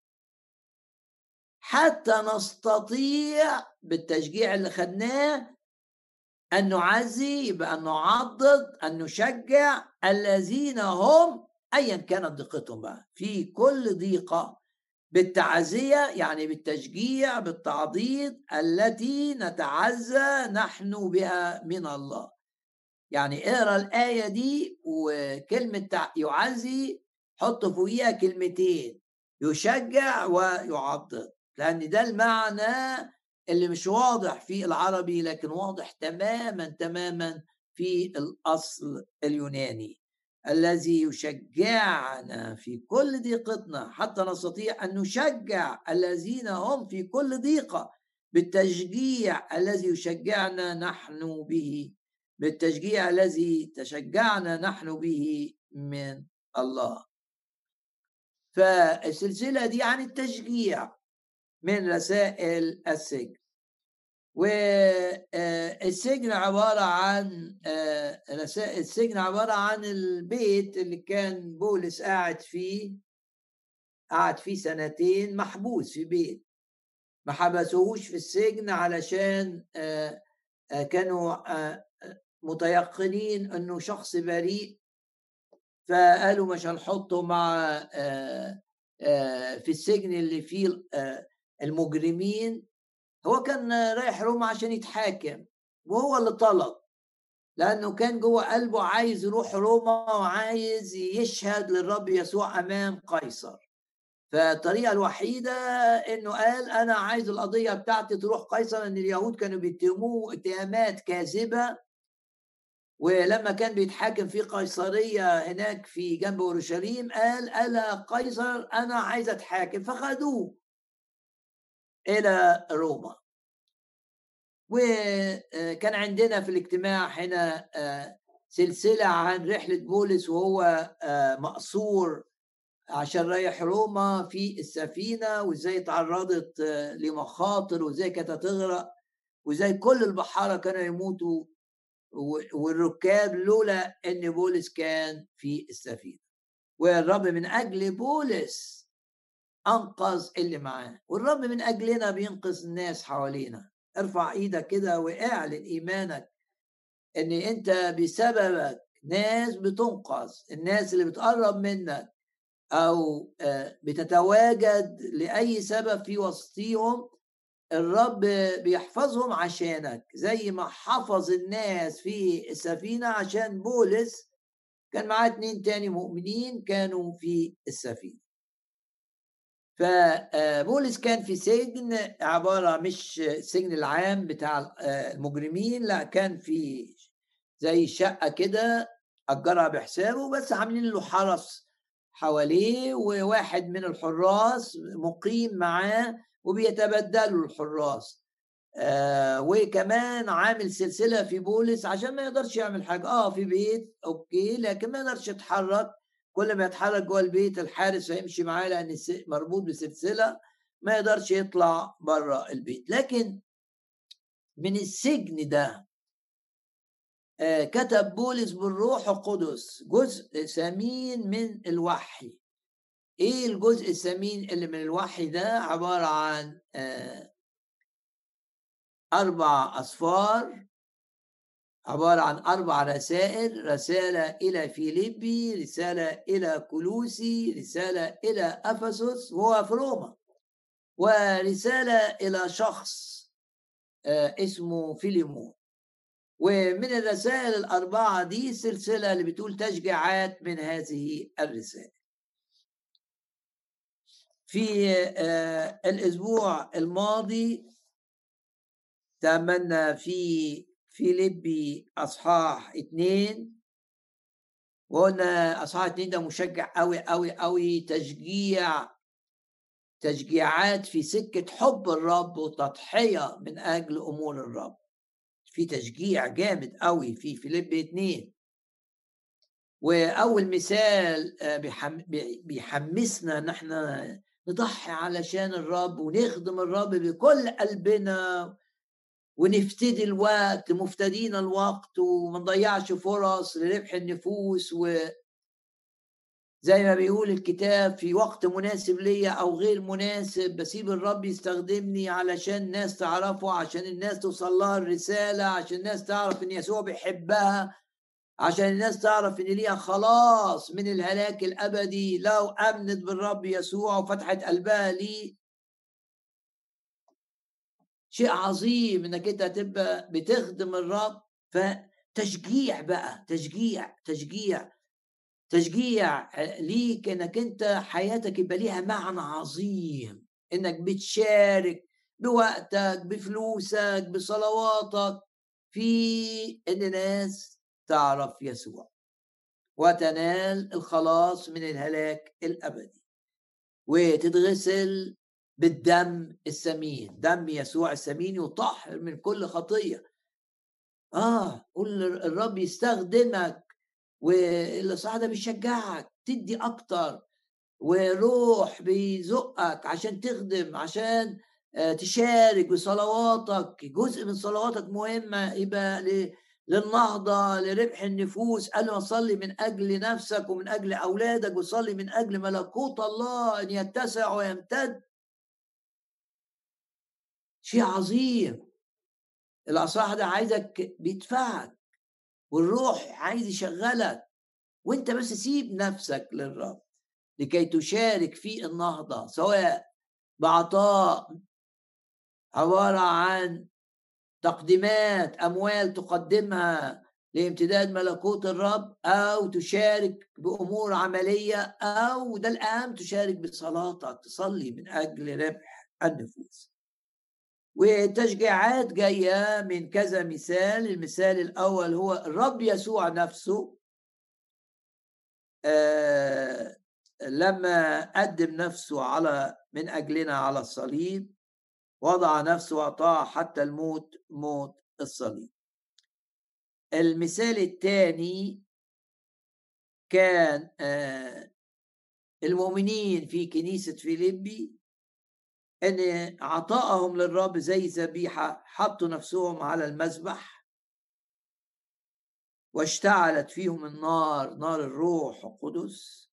حتى نستطيع بالتشجيع اللي خدناه أن نعزي، يبقى أن نعضد، أن نشجع الذين هم أيا كانت ضيقتهم بقى في كل ضيقة، بالتعزية يعني بالتشجيع، بالتعضيد التي نتعزى نحن بها من الله. يعني اقرا الآية دي وكلمة يعزي حط فوقيها كلمتين: يشجع ويعضد، لأن ده المعنى اللي مش واضح في العربي، لكن واضح تماما تماما في الأصل اليوناني. الذي يشجعنا في كل ضيقتنا حتى نستطيع أن نشجع الذين هم في كل ضيقة، بالتشجيع الذي يشجعنا نحن به، بالتشجيع الذي تشجعنا نحن به من الله. فالسلسلة دي عن التشجيع من رسائل السجن. والسجن عبارة عن رسائل السجن عبارة عن البيت اللي كان بولس قاعد فيه 2 محبوس في بيت. ما حبسوهوش في السجن علشان كانوا متيقنين انه شخص بريء، فقالوا مش هنحطه مع في السجن اللي فيه المجرمين. هو كان رايح روما عشان يتحاكم، وهو اللي طلب لأنه كان جوه قلبه عايز يروح روما وعايز يشهد للرب يسوع أمام قيصر. فالطريقة الوحيدة إنه قال أنا عايز القضية بتاعتي تروح قيصر، لأن اليهود كانوا بيتهموه اتهامات كاذبة. ولما كان بيتحاكم في قيصرية هناك في جنب أورشليم قال ألا قيصر أنا عايز أتحاكم، فخدوه إلى روما. وكان عندنا في الاجتماع هنا سلسلة عن رحلة بولس وهو مقصور عشان رايح روما في السفينة، وازاي تعرضت لمخاطر، وازاي كانت هتغرق، وازاي كل البحارة كانوا يموتوا والركاب لولا ان بولس كان في السفينة. والرب من اجل بولس انقذ اللي معاه، والرب من اجلنا بينقذ الناس حوالينا. ارفع ايدك كده واعلن ايمانك ان انت بسببك ناس بتنقذ، الناس اللي بتقرب منك او بتتواجد لاي سبب في وسطهم، الرب بيحفظهم عشانك زي ما حفظ الناس في السفينة عشان بولس كان معاه 2 تاني مؤمنين كانوا في السفينة. فبولس كان في سجن عبارة مش السجن العام بتاع المجرمين، لا كان في زي شقة كده أجرها بحسابه، بس عاملين له حرس حواليه، وواحد من الحراس مقيم معاه وبيتبدلوا الحراس. وكمان عامل سلسلة في بولس عشان ما يقدرش يعمل حاجة في بيت أوكي، لكن ما يقدرش يتحرك. كل ما يتحرك جوه البيت الحارس هيمشي معاه لأن مربوط بسلسلة، ما يقدرش يطلع بره البيت. لكن من السجن ده كتب بولس بالروح القدس جزء ثمين من الوحي. ايه الجزء الثمين اللي من الوحي ده؟ عبارة عن 4 أسفار، عبارة عن 4 رسائل: رسالة إلى فيليبي، رسالة إلى كولوسي، رسالة إلى أفسس وهو في روما، ورسالة إلى شخص اسمه فيليمون. ومن الرسائل ال4 دي سلسلة اللي بتقول تشجيعات من هذه الرسائل. في الأسبوع الماضي تأملنا في فيليبي أصحاح 2، وقلنا أصحاح 2 ده مشجع قوي قوي قوي، تشجيعات في سكة حب الرب وتضحية من أجل أمور الرب. في تشجيع جامد قوي في فيليبي 2. وأول مثال بيحمسنا ان احنا نضحي علشان الرب ونخدم الرب بكل قلبنا، ونفتدي الوقت، مفتدين الوقت، وما نضيعش فرص لربح النفوس. وزي ما بيقول الكتاب في وقت مناسب ليا او غير مناسب بسيب الرب يستخدمني علشان الناس تعرفه، عشان الناس توصل لها الرسالة، عشان الناس تعرف ان يسوع بيحبها، عشان الناس تعرف ان ليها خلاص من الهلاك الابدي لو امنت بالرب يسوع وفتحت قلبها ليه. شيء عظيم انك انت تبقى بتخدم الرب. فتشجيع بقى، تشجيع ليك انك انت حياتك يبقى ليها معنى عظيم، انك بتشارك بوقتك، بفلوسك، بصلواتك، في ان الناس تعرف يسوع وتنال الخلاص من الهلاك الابدي، وتتغسل بالدم الثمين، دم يسوع الثمين يطهر من كل خطية. قول الرب يستخدمك، والإصحاح ده بيشجعك تدي أكتر، وروح بيزقك عشان تخدم، عشان تشارك بصلواتك. جزء من صلواتك مهمة يبقى للنهضة لربح النفوس. قال له صلي من أجل نفسك ومن أجل أولادك، وصلي من أجل ملكوت الله أن يتسع ويمتد. شيء عظيم. الأصحاح ده عايزك بيدفعك، والروح عايز يشغلك، وانت بس سيب نفسك للرب لكي تشارك في النهضة، سواء بعطاء عبارة عن تقديمات أموال تقدمها لامتداد ملكوت الرب، أو تشارك بأمور عملية، أو ده الأهم تشارك بصلاتك، تصلي من أجل ربح النفوس. وتشجيعات جاية من كذا مثال. المثال الأول هو الرب يسوع نفسه لما قدم نفسه من أجلنا على الصليب، وضع نفسه وأطاع حتى الموت، موت الصليب. المثال الثاني كان المؤمنين في كنيسة فيليبي، ان عطائهم للرب زي ذبيحة، حطوا نفسهم على المذبح واشتعلت فيهم النار، نار الروح القدس،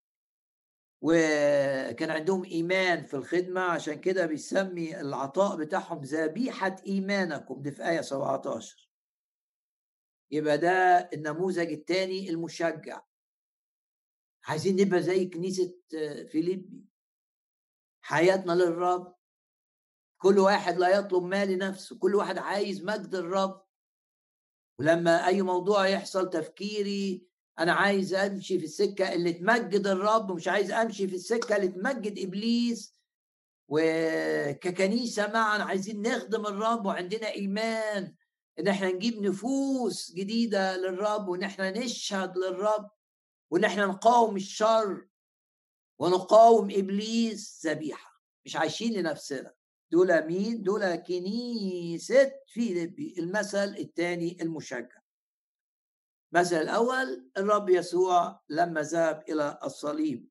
وكان عندهم إيمان في الخدمة، عشان كده بيسمي العطاء بتاعهم ذبيحة إيمانكم، دي في آية 17. يبقى ده النموذج الثاني المشجع. عايزين نبقى زي كنيسة فيليبي، حياتنا للرب، كل واحد لا يطلب ما لنفسه، كل واحد عايز مجد الرب. ولما أي موضوع يحصل تفكيري أنا عايز أمشي في السكة اللي تمجد الرب، ومش عايز أمشي في السكة اللي تمجد إبليس. وككنيسة معا عايزين نخدم الرب، وعندنا إيمان إن احنا نجيب نفوس جديدة للرب، وإن احنا نشهد للرب، وإن احنا نقاوم الشر ونقاوم إبليس ذبيحة. مش عايشين لنفسنا. دول مين؟ دول كنيسة فيليبي. المثل الثاني المشجع. المثل الأول الرب يسوع لما ذهب إلى الصليب.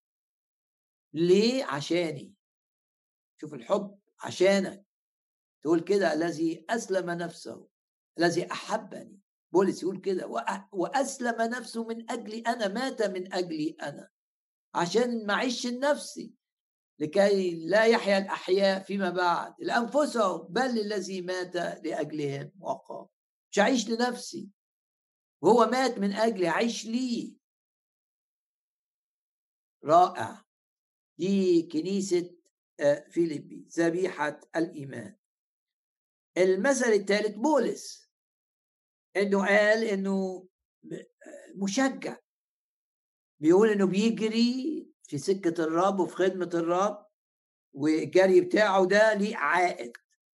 ليه؟ عشاني. شوف الحب، عشانك. تقول كده الذي أسلم نفسه، الذي أحبني. بولس يقول كده وأسلم نفسه من أجلي أنا، مات من أجلي أنا، عشان ما أعيش لنفسي، لكي لا يحيا الأحياء فيما بعد لأنفسهم، بل الذي مات لأجلهم وقام. مش أعيش لنفسي، وهو مات من أجلي، أعيش ليه. رائع. دي كنيسة فيليبي، ذبيحة الإيمان. المثل الثالث بولس، إنه قال إنه مشجع، بيقول إنه بيجري في سكة الرب وفي خدمة الرب، والجري بتاعه ده ليه عائد.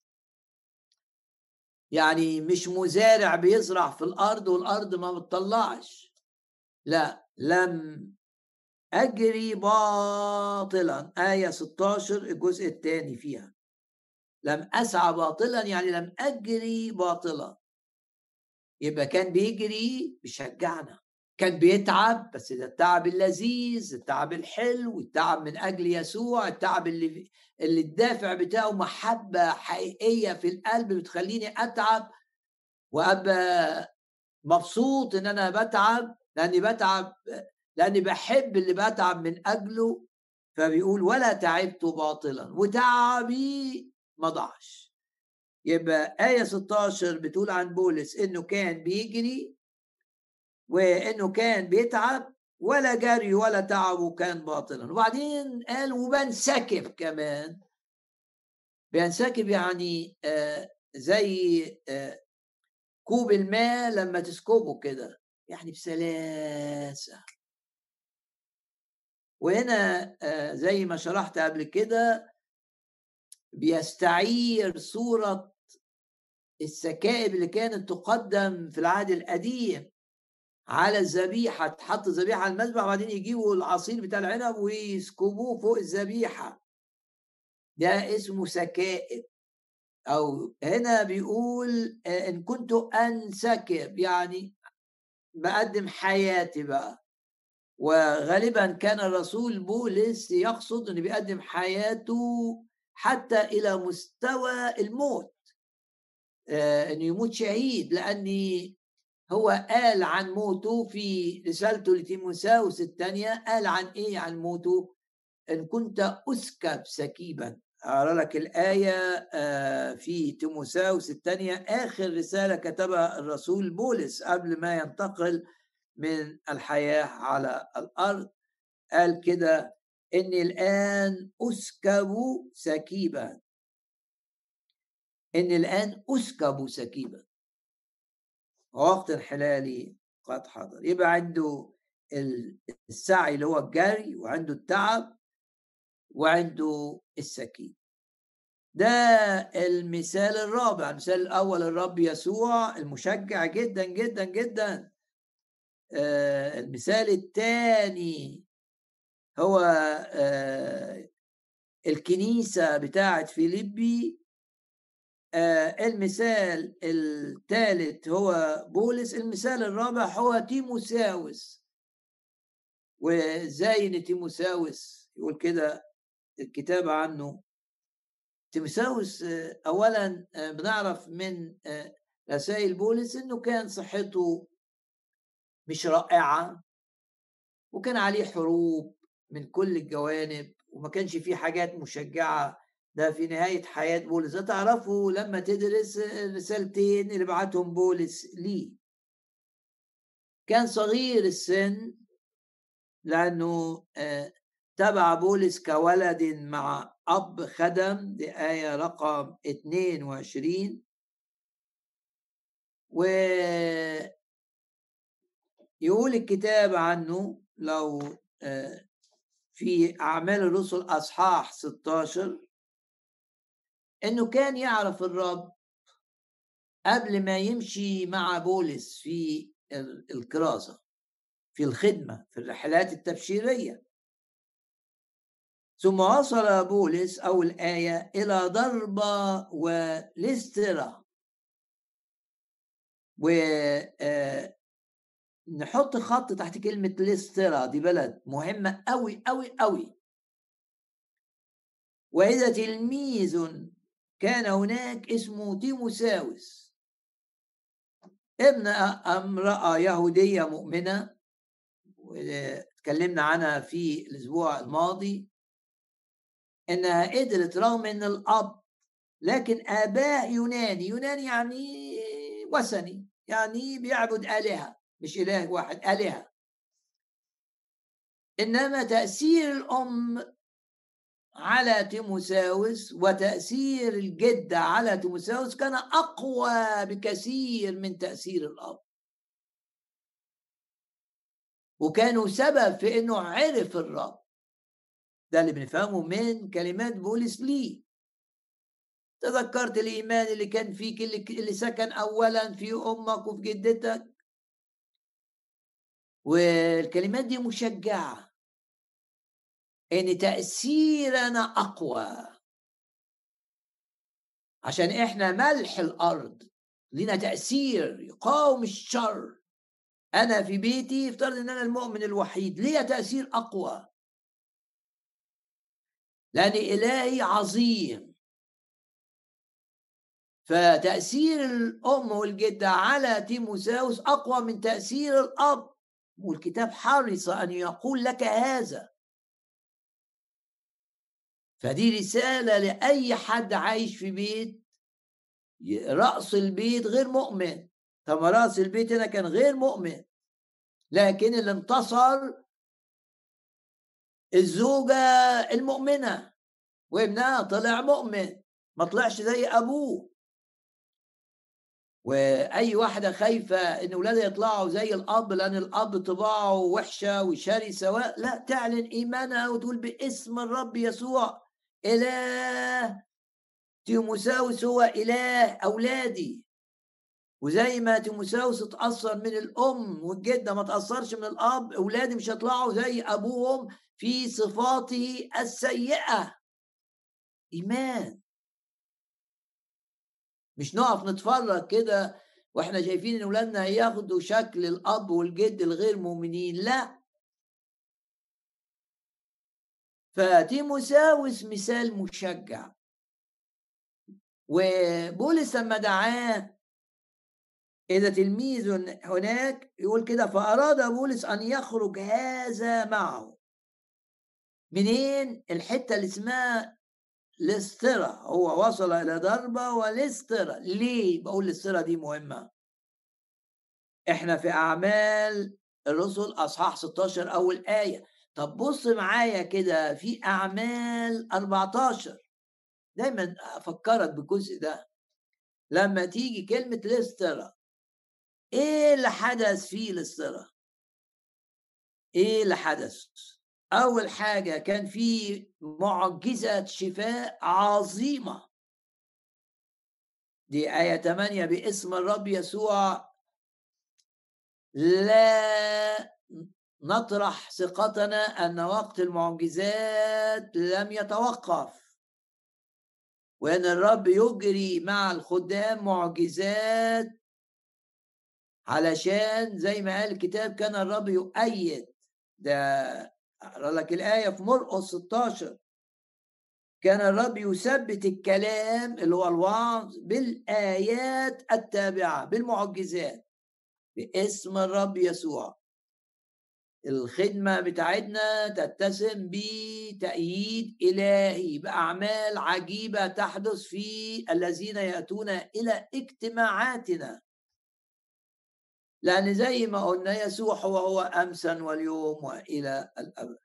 يعني مش مزارع بيزرع في الأرض والأرض ما بتطلعش، لا، لم أجري باطلا. آية 16 الجزء الثاني فيها، لم أسعى باطلا، يعني لم أجري باطلا. يبقى كان بيجري بيشجعنا، كان بيتعب، بس ده التعب اللذيذ، التعب الحلو، التعب من أجل يسوع، التعب اللي الدافع بتاعه محبة حقيقية في القلب بتخليني أتعب وأبقى مبسوط إن أنا بتعب، لأني بحب اللي بتعب من أجله. فبيقول ولا تعبت باطلا، وتعبي ما ضاعش. يبقى آية 16 بتقول عن بولس إنه كان بيجري، وإنه كان بيتعب، ولا جري ولا تعبه كان باطلا. وبعدين قال وبنسكب كمان. بينسكب يعني زي كوب الماء لما تسكبه كده، يعني بسلاسة. وهنا زي ما شرحت قبل كده، بيستعير صورة السكائب اللي كانت تقدم في العهد القديم على الذبيحة. تحط الذبيحة على المذبح، وبعدين يجيبوا العصير بتاع العنب ويسكبوه فوق الذبيحة، ده اسمه سكائب. أو هنا بيقول إن كنت أنسكب، يعني بقدم حياتي بقى. وغالبا كان الرسول بولس يقصد أنه بيقدم حياته حتى إلى مستوى الموت، أنه يموت شهيد. لأني هو قال عن موته في رسالته لتيموثاوس الثانية، قال عن إيه عن موته؟ إن كنت أسكب سكيبا. أقرأ لك الآية في تيموثاوس الثانية، آخر رسالة كتبها الرسول بولس قبل ما ينتقل من الحياة على الأرض. قال كده إني الآن أسكب سكيبا، إني الآن أسكب سكيبا. ووقت انحلالي قد حضر. يبقى عنده السعي اللي هو الجري، وعنده التعب، وعنده السكين. ده المثال الرابع. المثال الأول الرب يسوع المشجع جدا جدا جدا. المثال الثاني هو الكنيسة بتاعت فيليبي. المثال الثالث هو بولس. المثال الرابع هو تيموساوس. وازاي ان تيموساوس يقول كده الكتاب عنه؟ تيموساوس اولا بنعرف من رسائل بولس انه كان صحته مش رائعة، وكان عليه حروب من كل الجوانب، وما كانش فيه حاجات مشجعة. ده في نهاية حياة بولس. ده تعرفوا لما تدرس الرسالتين اللي بعتهم بولس ليه. كان صغير السن، لأنه تبع بولس كولد مع أب خدم. دي آية رقم 22. ويقول الكتاب عنه لو في أعمال الرسل أصحاح 16 إنه كان يعرف الرب قبل ما يمشي مع بولس في الكرازة، في الخدمة، في الرحلات التبشيرية. ثم وصل بولس أول آية إلى ضربة ولسترة. ونحط خط تحت كلمة لسترة، دي بلد مهمة أوي أوي أوي. وإذا تلميذ كان هناك اسمه تيموساوس، ابن امرأة يهودية مؤمنة، وتكلمنا عنها في الأسبوع الماضي، إنها قدرت رغم إن الأب، لكن آباه يوناني. يوناني يعني وثني، يعني بيعبد آلهة، مش إله واحد، آلهة. إنما تأثير الأم على تيموساوس وتأثير الجدة على تيموساوس كان أقوى بكثير من تأثير الأب، وكانوا سبب في إنه عرف الرب. ده اللي بنفهمه من كلمات بولس ليه. تذكرت الإيمان اللي كان فيك، اللي سكن أولا في أمك وفي جدتك. والكلمات دي مشجعة إن تأثيرنا أقوى، عشان إحنا ملح الأرض، لنا تأثير يقاوم الشر. أنا في بيتي افترض إن أنا المؤمن الوحيد، ليا تأثير أقوى لأن إلهي عظيم. فتأثير الأم والجدة على تيموساوس أقوى من تأثير الأب، والكتاب حرص أن يقول لك هذا. فدي رسالة لأي حد عايش في بيت، رأس البيت غير مؤمن. طب رأس البيت هنا كان غير مؤمن، لكن اللي انتصر الزوجة المؤمنة، وابنها طلع مؤمن، ما طلعش زي أبوه. واي واحده خايفه ان اولادها يطلعوا زي الاب لان الاب طباعه وحشه وشرسه، لا، تعلن ايمانها وتقول باسم الرب يسوع اله تيموساوس هو اله اولادي. وزي ما تيموساوس اتاثر من الام والجده، ما تاثرش من الاب، اولادي مش هيطلعوا زي ابوهم في صفاته السيئه. ايمان، مش نقف نتفرج كده واحنا شايفين ان اولادنا هياخدوا شكل الاب والجد الغير مؤمنين. لا، فتيموساوس مثال مشجع. وبولس لما دعاه إذا تلميذ هناك، يقول كده فأراد بولس أن يخرج هذا معه. منين؟ الحتة اللي اسمها لسترة. هو وصل إلى ضربة ولسترة. ليه بقول لسترة دي مهمة؟ احنا في أعمال الرسل أصحاح 16 أول آية. طب بص معايا كده في أعمال 14. دايما أفكرك بالجزء ده لما تيجي كلمة لسترة. ايه اللي حدث في لسترا؟ ايه اللي حدث؟ اول حاجه كان في معجزه شفاء عظيمه، دي آية 8، باسم الرب يسوع لا نطرح ثقتنا أن وقت المعجزات لم يتوقف، وأن الرب يجري مع الخدام معجزات، علشان زي ما قال الكتاب كان الرب يؤيد. ده أقرأ لك الآية في مرقس 16، كان الرب يثبت الكلام اللي هو الوعظ بالآيات التابعة، بالمعجزات، باسم الرب يسوع. الخدمة بتاعتنا تتسم بتأييد إلهي، بأعمال عجيبة تحدث في الذين يأتون إلى اجتماعاتنا، لأن زي ما قلنا يسوع هو أمسا واليوم وإلى الأبد.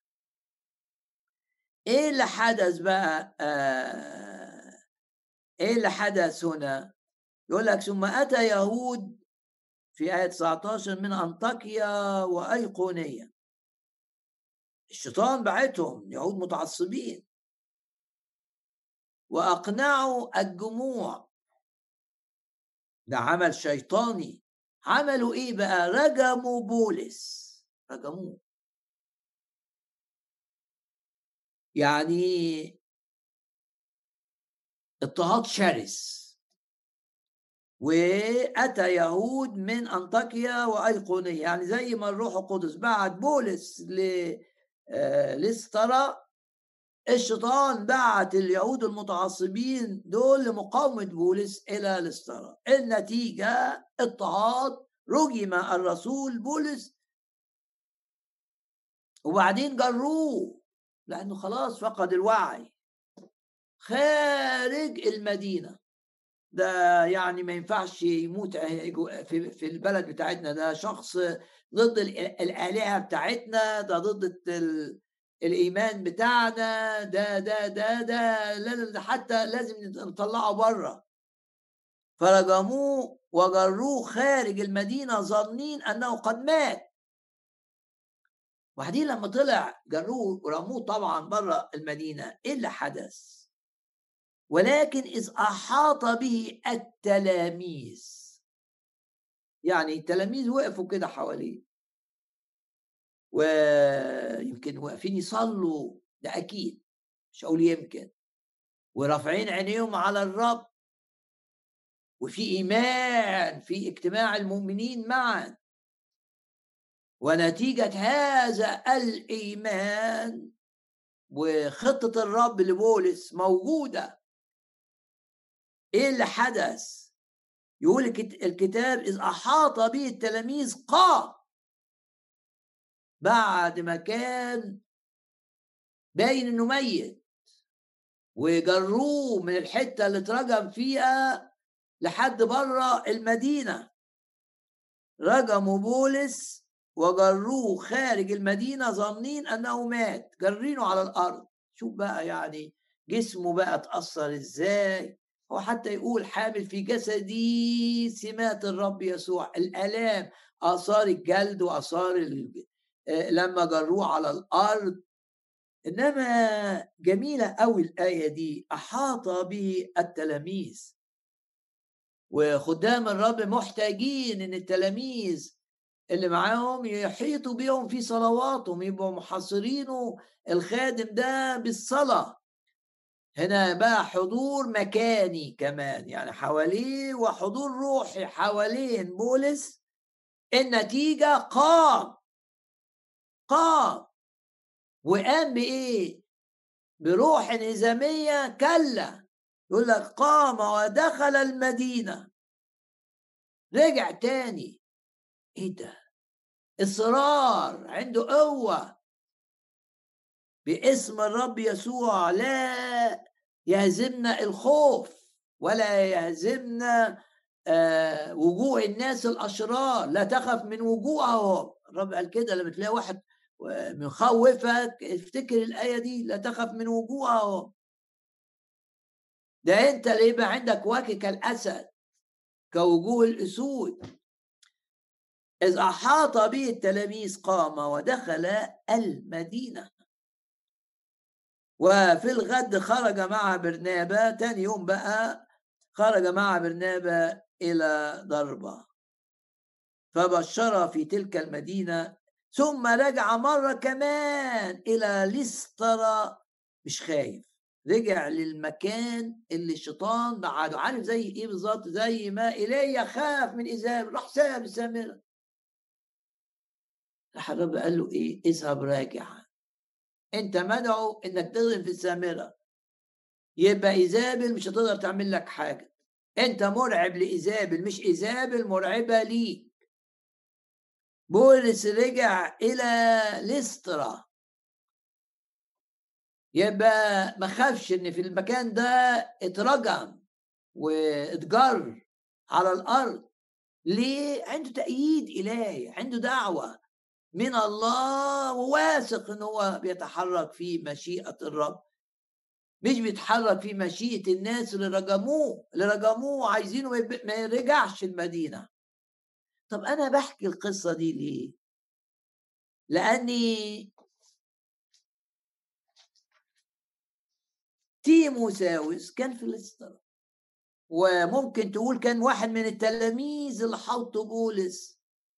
إيه اللي حدث بقى؟ إيه اللي حدث هنا؟ يقول لك ثم أتى يهود في آية 19 من أنطاكيا وأيقونية. الشيطان بعتهم يهود متعصبين وأقنعوا الجموع، ده عمل شيطاني. عملوا إيه بقى؟ رجموا بولس، رجموه. يعني اضطهاد شرس. وأتى يهود من أنطاكيا وأيقونية، يعني زي ما الروح القدس بعت بولس لسترا، الشيطان بعت اليهود المتعصبين دول لمقاومة بولس إلى لسترا. النتيجة اضطهاد، رجم الرسول بولس، وبعدين جروه لأنه خلاص فقد الوعي خارج المدينة. ده يعني ما ينفعش يموت في البلد بتاعتنا، ده شخص ضد الآلهة بتاعتنا، ده ضد الإيمان بتاعنا، ده لازم، حتى لازم نطلعه بره. فرجموه وجروه خارج المدينة ظنين أنه قد مات. وبعدين لما طلع جروه ورموه طبعا بره المدينة، إيه اللي حدث؟ ولكن إذ أحاط به التلاميذ، يعني التلاميذ وقفوا كده حواليه، ويمكن واقفين يصلوا، ده أكيد مش هقول يمكن، ورافعين عينيهم على الرب، وفي إيمان في اجتماع المؤمنين معا. ونتيجة هذا الإيمان وخطة الرب لبولس موجودة. إيه اللي حدث؟ يقول الكتاب إذ أحاط به التلاميذ قام، بعد ما كان باين إنه ميت، وجروه من الحتة اللي اترجم فيها لحد بره المدينة. رجموا بولس وجروه خارج المدينة ظنين أنه مات، جرينه على الأرض. شوف بقى يعني جسمه بقى اتأثر إزاي. هو حتى يقول حامل في جسدي سمات الرب يسوع، الآلام، آثار الجلد وآثار لما جروه على الأرض. إنما جميلة قوي الآية دي، أحاط به التلاميذ. وخدام الرب محتاجين إن التلاميذ اللي معاهم يحيطوا بيهم في صلواتهم، يبقوا محاصرينه الخادم ده بالصلاة. هنا بقى حضور مكاني كمان، يعني حواليه، وحضور روحي حوالين بولس. النتيجة قام وقام بإيه؟ بروح انهزامية. كلا، يقول لك قام ودخل المدينة، رجع تاني. ايه ده؟ اصرار، عنده قوة. باسم الرب يسوع لا يهزمنا الخوف، ولا يهزمنا وجوه الناس الأشرار. لا تخف من وجوههم. الرب قال كده، لما تلاقي واحد مخوفك افتكر الآية دي، لا تخف من وجوههم. ده انت اللي يبقى عندك وجه كالأسد، كوجوه الأسود. إذ أحاط به التلاميذ قام ودخل المدينة، وفي الغد خرج مع برنابا. تاني يوم بقى خرج مع برنابا إلى ضربة، فبشر في تلك المدينة، ثم رجع مرة كمان إلى ليسترا. مش خايف، رجع للمكان اللي الشيطان بعده. عارف زي ايه بالظبط؟ زي ما ايليا خاف من ايزابل، راح ساب السامرة. راح الرب قال له ايه؟ اذهب راجع، انت مدعو انك تخدم في السامرة، يبقى ايزابل مش هتقدر تعمل لك حاجة. انت مرعب لايزابل، مش ايزابل مرعبة ليك. بولس رجع الى ليسترا، يبقى ما خافش ان في المكان ده اترجم واتجر على الارض. ليه؟ عنده تأييد إلهي، عنده دعوة من الله، وواثق ان هو بيتحرك في مشيئة الرب، مش بيتحرك في مشيئة الناس اللي رجموه عايزينه ما يرجعش المدينة. طب أنا بحكي القصة دي ليه؟ لأني تيموثاوس كان في ليسترا، وممكن تقول كان واحد من التلاميذ اللي حوطوا بولس،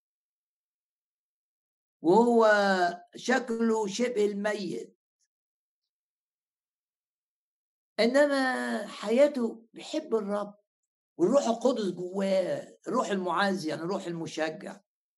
وهو شكله شبه الميت، إنما حياته بيحب الرب، والروح القدس جواه، الروح المعزي، يعني الروح المشجع.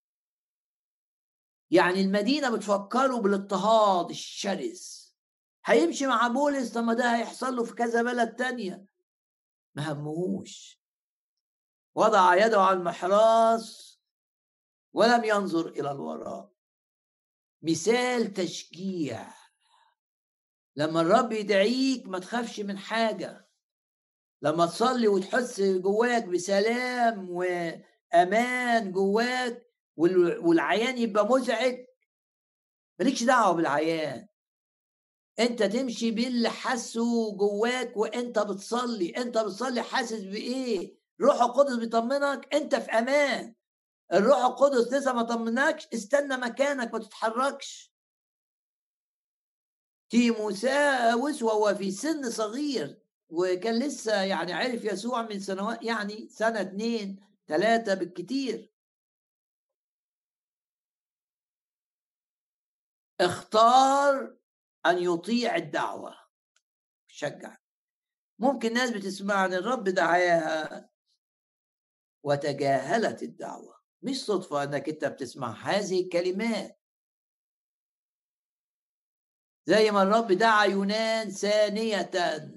يعني المدينة بتفكره بالاضطهاد الشرس، هيمشي مع بولس، طب ما ده هيحصل له في كذا بلد تانية. ما همهوش، وضع يده على المحراث ولم ينظر إلى الوراء. مثال تشجيع. لما الرب يدعيك ما تخافش من حاجة، لما تصلي وتحس جواك بسلام وأمان جواك، والعيان يبقى مزعج، مالكش دعوة بالعيان، انت تمشي باللي حاسه جواك. وانت بتصلي، انت بتصلي حاسس بايه؟ روح القدس بيطمنك، انت في امان. الروح القدس لسه ما طمنكش، استنى مكانك ما تتحركش. تيموثاوس وهو في سن صغير، وكان لسه يعني عرف يسوع من سنوات، يعني سنة 2 3 بالكتير، اختار أن يطيع الدعوة. شجع. ممكن ناس بتسمعني الرب دعاها وتجاهلت الدعوة. مش صدفة أنك أنت بتسمع هذه الكلمات. زي ما الرب دعا يونان ثانية،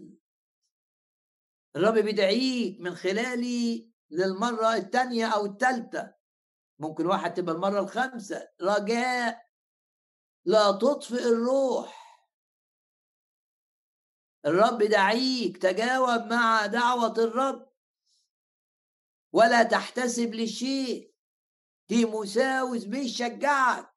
الرب بيدعيك من خلالي للمرة الثانية أو الثالثة، ممكن واحد تبقى المرة الخامسة. رجاء لا تطفئ الروح. الرب دعيك، تجاوب مع دعوة الرب ولا تحتسب لشيء. تيموثاوس بيشجعك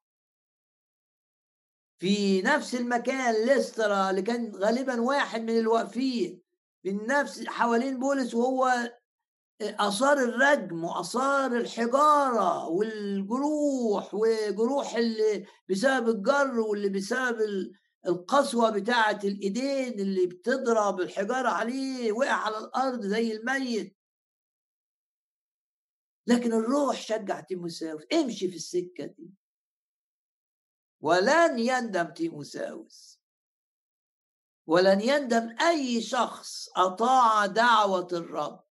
في نفس المكان ليسترا، اللي كان غالبا واحد من الواقفين من نفس حوالين بولس، وهو آثار الرجم وآثار الحجارة والجروح، وجروح اللي بسبب الجر، واللي بسبب القسوة بتاعة الإيدين اللي بتضرب الحجارة عليه، وقع على الأرض زي الميت. لكن الروح شجع تيموثاوس، امشي في السكة دي ولن يندم تيموثاوس، ولن يندم أي شخص أطاع دعوة الرب،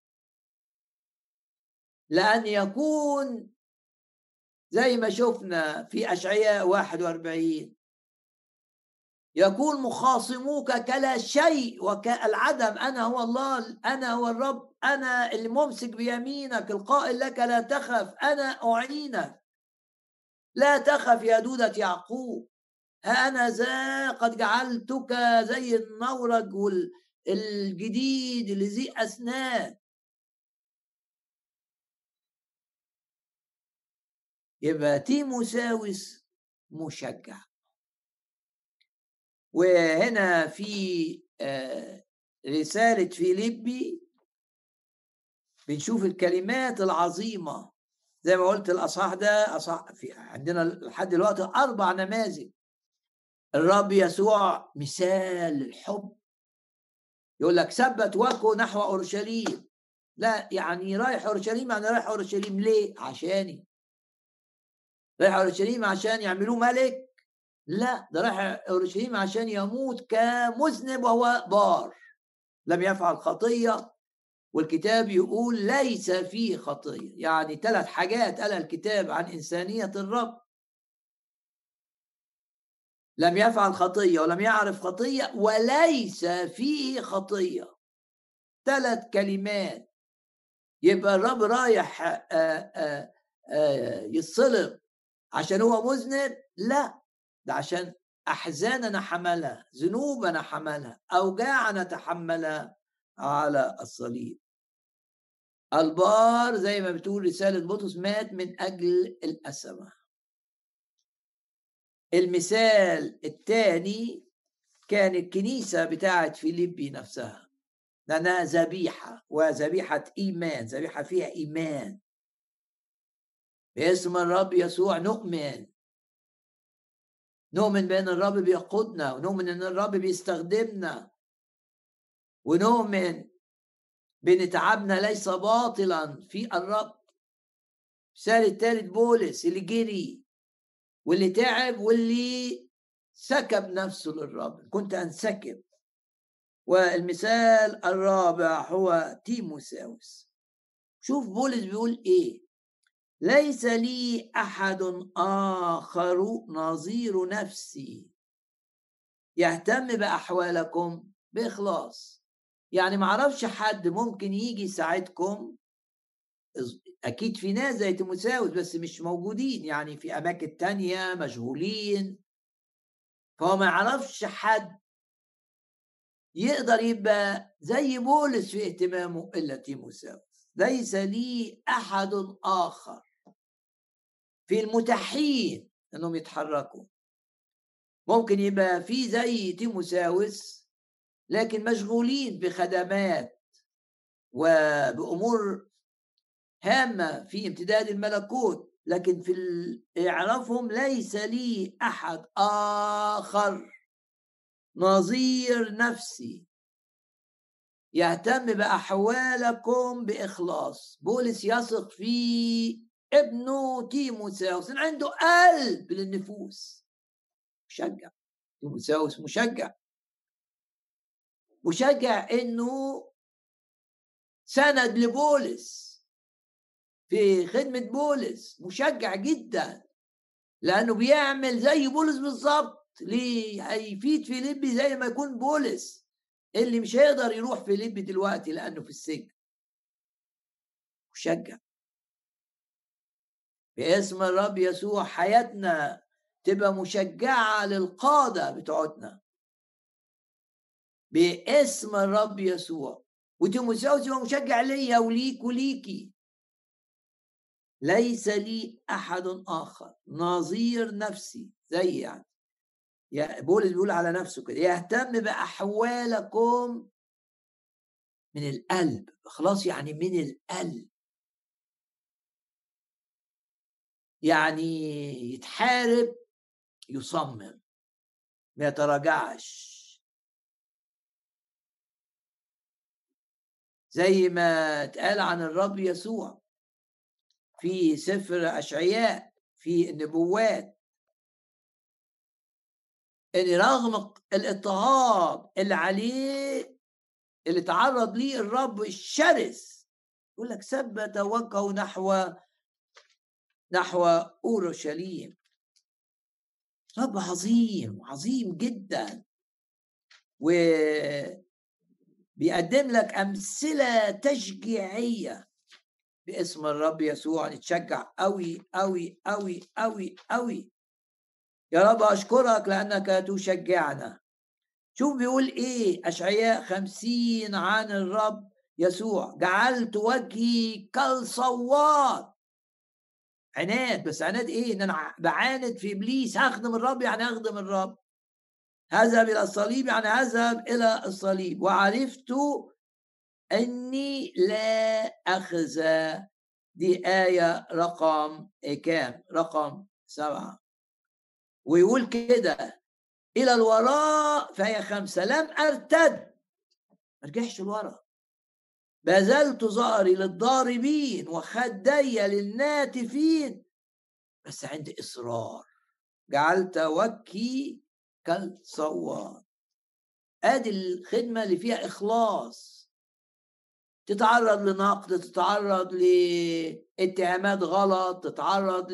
لأن يكون زي ما شفنا في أشعياء 41، يكون مخاصموك كلا شيء وكالعدم. أنا هو الله، أنا هو الرب، أنا اللي ممسك بيمينك، القائل لك لا تخف، أنا أعينك. لا تخف يا دودة يعقوب، ها أنا ذا قد جعلتك زي النورج الجديد اللي ذي أسنان. يبقى تيموثاوس مشجع. وهنا في رسالة فيليبي بنشوف الكلمات العظيمة زي ما قلت الأصحاح ده في عندنا لحد دلوقتي 4 نماذج. الرب يسوع مثال الحب، يقول لك ثبت وجهه نحو أورشليم. لا يعني رايح أورشليم، يعني رايح أورشليم ليه؟ عشاني. رايح أورشليم عشان يعملوه ملك؟ لا، ده رايح أورشليم عشان يموت كمذنب وهو بار، لم يفعل خطية، والكتاب يقول ليس فيه خطية. يعني 3 حاجات قالها الكتاب عن إنسانية الرب: لم يفعل خطية، ولم يعرف خطية، وليس فيه خطية. 3 كلمات. يبقى الرب رايح يتصلب عشان هو مذنب؟ لا، ده عشان أحزاننا حملها، ذنوبنا حملها، أوجاعنا تحملها على الصليب. البار زي ما بتقول رسالة بطرس مات من أجل الأسمة. المثال الثاني كان الكنيسة بتاعت فيليبي نفسها، لأنها ذبيحة، وذبيحة إيمان، ذبيحة فيها إيمان. باسم الرب يسوع نؤمن بأن الرب بيقودنا، ونؤمن أن الرب بيستخدمنا، ونؤمن بأن تعبنا ليس باطلا في الرب. مثال الثالث بولس اللي جري واللي تعب واللي سكب نفسه للرب، كنت أنسكب. والمثال الرابع هو تيموثاوس. شوف بولس بيقول إيه: ليس لي أحد آخر نظير نفسي يهتم بأحوالكم بإخلاص. يعني معرفش حد ممكن يجي يساعدكم. أكيد في ناس زي تيموثاوس بس مش موجودين، يعني في أماكن تانية مشغولين، فهو ما يعرفش حد يقدر يبقى زي بولس في اهتمامه إلا تيموثاوس. ليس لي أحد آخر. في المتاحين أنهم يتحركوا ممكن يبقى في زي تيموثاوس، لكن مشغولين بخدمات وبأمور هامة في امتداد الملكوت، لكن في يعرفهم ليس لي أحد آخر نظير نفسي يهتم بأحوالكم بإخلاص. بولس يثق في ابنه تيموثاوس، عنده قلب للنفوس، مشجع. تيموثاوس مشجع انه سند لبولس في خدمة بولس، مشجع جدا لأنه بيعمل زي بولس بالظبط. ليه؟ هيفيد فيليبي زي ما يكون بولس اللي مش هيقدر يروح فيليبي دلوقتي لأنه في السجن. مشجع. باسم الرب يسوع حياتنا تبقى مشجعة للقادة بتوعتنا باسم الرب يسوع. وتيموثاوس يبقى مشجع ليا وليك وليكي. ليس لي أحد آخر نظير نفسي، زي يعني بولس بيقول على نفسه كده: يهتم بأحوالكم من القلب. خلاص، يعني من القلب، يعني يتحارب، يصمم، ما يتراجعش. زي ما اتقال عن الرب يسوع في سفر أشعياء في النبوات، ان رغم الاضطهاد اللي عليه، اللي تعرض ليه الرب الشرس، يقول لك ثبت وجهه نحو اورشليم. رب عظيم جدا، وبيقدم لك امثله تشجيعيه باسم الرب يسوع. نتشجع قوي قوي قوي قوي قوي. يا رب اشكرك لانك تشجعنا. شوف بيقول ايه اشعياء 50 عن الرب يسوع: جعلت وجهي كالصواد. عناد، بس عناد ايه؟ ان انا بعاند في ابليس. هخدم الرب يعني هخدم الرب. هذهب الى الصليب يعني هذهب الى الصليب. وعرفت اني لا اخزى دي آية رقم كام؟ رقم 7. ويقول كده إلى الوراء في آية 5: لم أرتد، ما رجعش الورا، بذلت ظهري للضاربين وخدي للناتفين، بس عندي إصرار، جعلت وجهي كالصوان. ادي الخدمة اللي فيها إخلاص. تتعرض لنقد، تتعرض لاتهامات غلط، تتعرض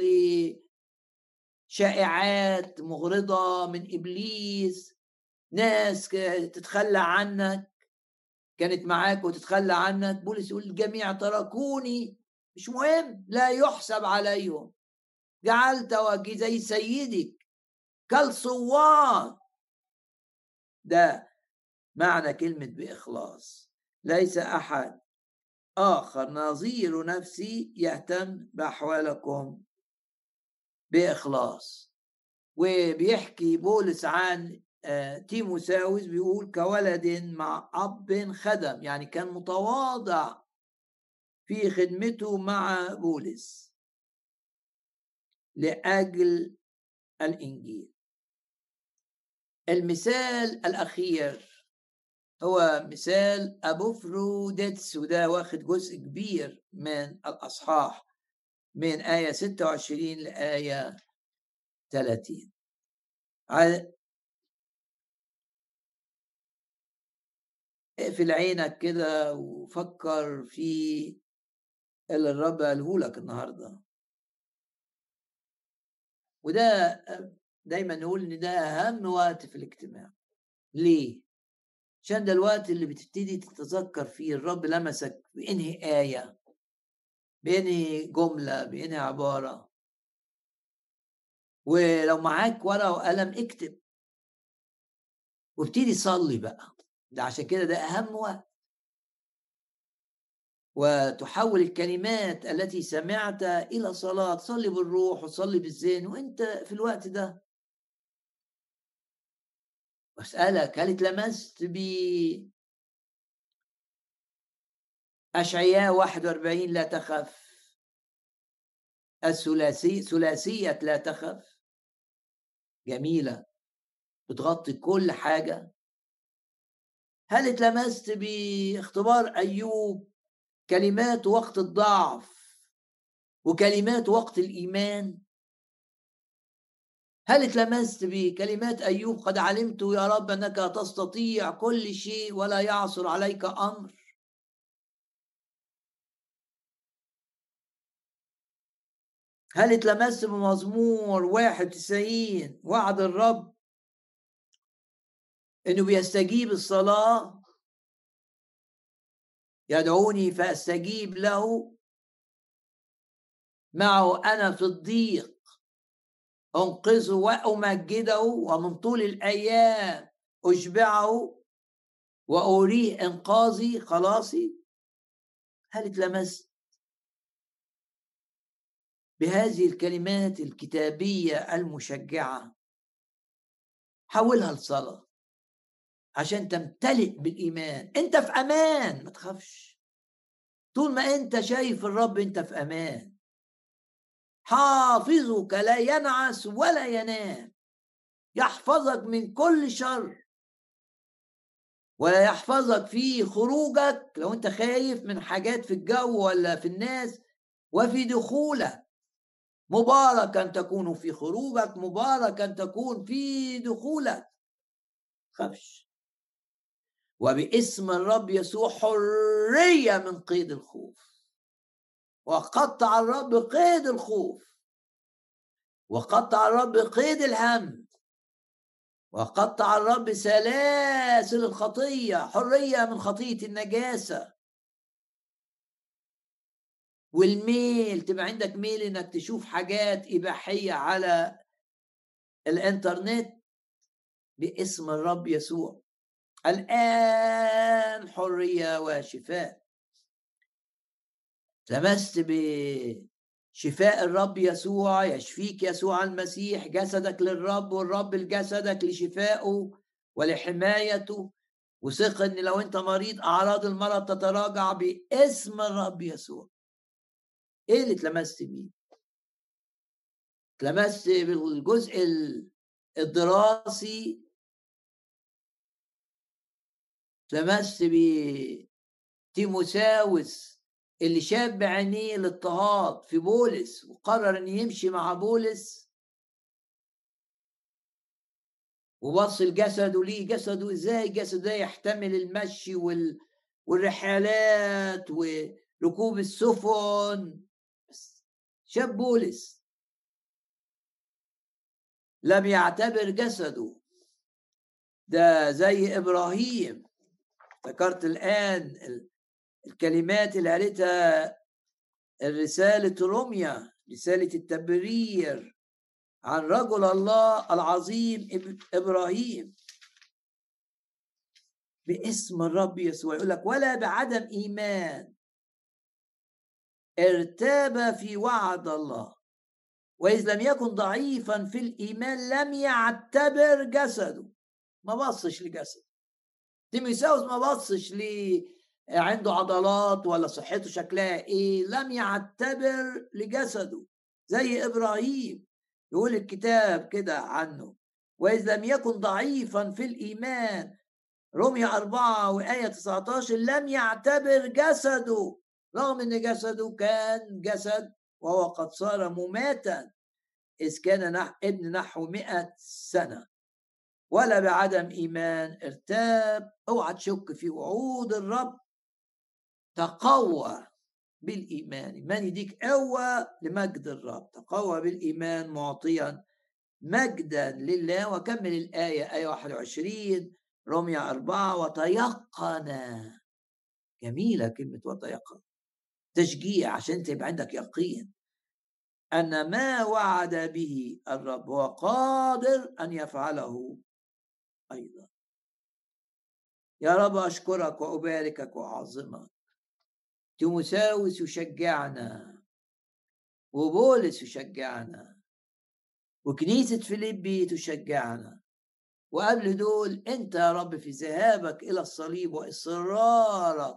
لشائعات مغرضة من إبليس، ناس تتخلى عنك، كانت معاك وتتخلى عنك. بولس يقول الجميع تركوني، مش مهم، لا يحسب عليهم، جعلت وجهي زي سيدك كالصوان. ده معنى كلمة بإخلاص. ليس أحد آخر نظير نفسي يهتم بأحوالكم بإخلاص. وبيحكي بولس عن تيموساوس، بيقول كولد مع أب خدم، يعني كان متواضع في خدمته مع بولس لأجل الإنجيل. المثال الأخير هو مثال أبوفروديتس، وده واخد جزء كبير من الأصحاح من آية 26 لآية 30. اقفل عينك كده وفكر في اللي الرب قاله لك النهارده. وده دايما نقول ان ده اهم وقت في الاجتماع. ليه؟ عشان ده الوقت اللي بتبتدي تتذكر فيه الرب لمسك بإنهي آية، بإنهي جملة، بإنهي عبارة. ولو معاك ورقة وقلم اكتب وابتدي صلي بقى. ده عشان كده ده أهم وقت. وتحول الكلمات التي سمعت إلى صلاة. صلي بالروح وصلي بالذهن وانت في الوقت ده. واسألك، هل اتلمست بأشعياء 41 لا تخف، ثلاثية لا تخف؟ جميلة، بتغطي كل حاجة. هل اتلمست باختبار أيوب، كلمات وقت الضعف وكلمات وقت الإيمان؟ هل اتلمست بكلمات أيوب قد علمت يا رب أنك تستطيع كل شيء ولا يعثر عليك أمر؟ هل اتلمست بمزمور 91 وعد الرب أنه بيستجيب الصلاة؟ يدعوني فأستجيب له، معه أنا في الضيق أنقذه وأمجده، ومن طول الأيام أشبعه وأريه إنقاذي خلاصي. هل اتلمست بهذه الكلمات الكتابية المشجعة؟ حولها لصلاة عشان تمتلئ بالإيمان. أنت في أمان، ما تخافش. طول ما أنت شايف الرب أنت في أمان. حافظك لا ينعس ولا ينام، يحفظك من كل شر، ولا يحفظك في خروجك لو أنت خايف من حاجات في الجو ولا في الناس، وفي دخولك. مباركا تكون في خروجك، مباركا تكون في دخولك. خافش. وباسم الرب يسوع حرية من قيد الخوف. وقطع الرب قيد الخوف، وقطع الرب قيد الهم، وقطع الرب سلاسل الخطية. حرية من خطية النجاسة والميل. تبقى عندك ميل انك تشوف حاجات إباحية على الانترنت. باسم الرب يسوع الآن حرية وشفاء. لمست بشفاء الرب يسوع. يشفيك يسوع المسيح، جسدك للرب والرب لجسدك، لشفائه ولحمايته. وثق ان لو انت مريض اعراض المرض تتراجع باسم الرب يسوع. إيه اللي اتلمست بيه؟ اتلمست بالجزء الدراسي، اتلمست بتيموساوس اللي شاف بعينيه الاضطهاد في بولس وقرر ان يمشي مع بولس، وبص لجسده، ليه جسده ازاي، جسده ده يحتمل المشي والرحلات وركوب السفن. بس شاف بولس لم يعتبر جسده ده زي إبراهيم. افتكرت الآن الكلمات اللي قالتها الرسالة روميا، رسالة التبرير عن رجل الله العظيم إبراهيم باسم الرب يسوع. يقول لك ولا بعدم إيمان ارتاب في وعد الله، وإذ لم يكن ضعيفا في الإيمان لم يعتبر جسده. ما بصش لجسده. تيموثاوس ما بصش عنده عضلات ولا صحته شكلها ايه، لم يعتبر لجسده زي إبراهيم. يقول الكتاب كده عنه وإذ لم يكن ضعيفا في الإيمان، رومية 4 وآية 19، لم يعتبر جسده، رغم ان جسده كان جسد وهو قد صار مماتا إذ كان ابن نحو 100 سنة. ولا بعدم إيمان ارتاب. اوعى تشك في وعود الرب، تقوى بالإيمان. إيمان يديك قوة لمجد الرب. تقوى بالإيمان معطيا مجدا لله. وكمل الآية، آية 21 رومية 4، وتيقن. جميلة كلمة وتيقن، تشجيع عشان تبقى عندك يقين أن ما وعد به الرب هو قادر أن يفعله أيضا. يا رب أشكرك وأباركك وأعظمك. تيموثاوس يشجعنا، وبولس يشجعنا، وكنيسة فيليبي تشجعنا، وقبل دول أنت يا رب في ذهابك إلى الصليب وإصرارك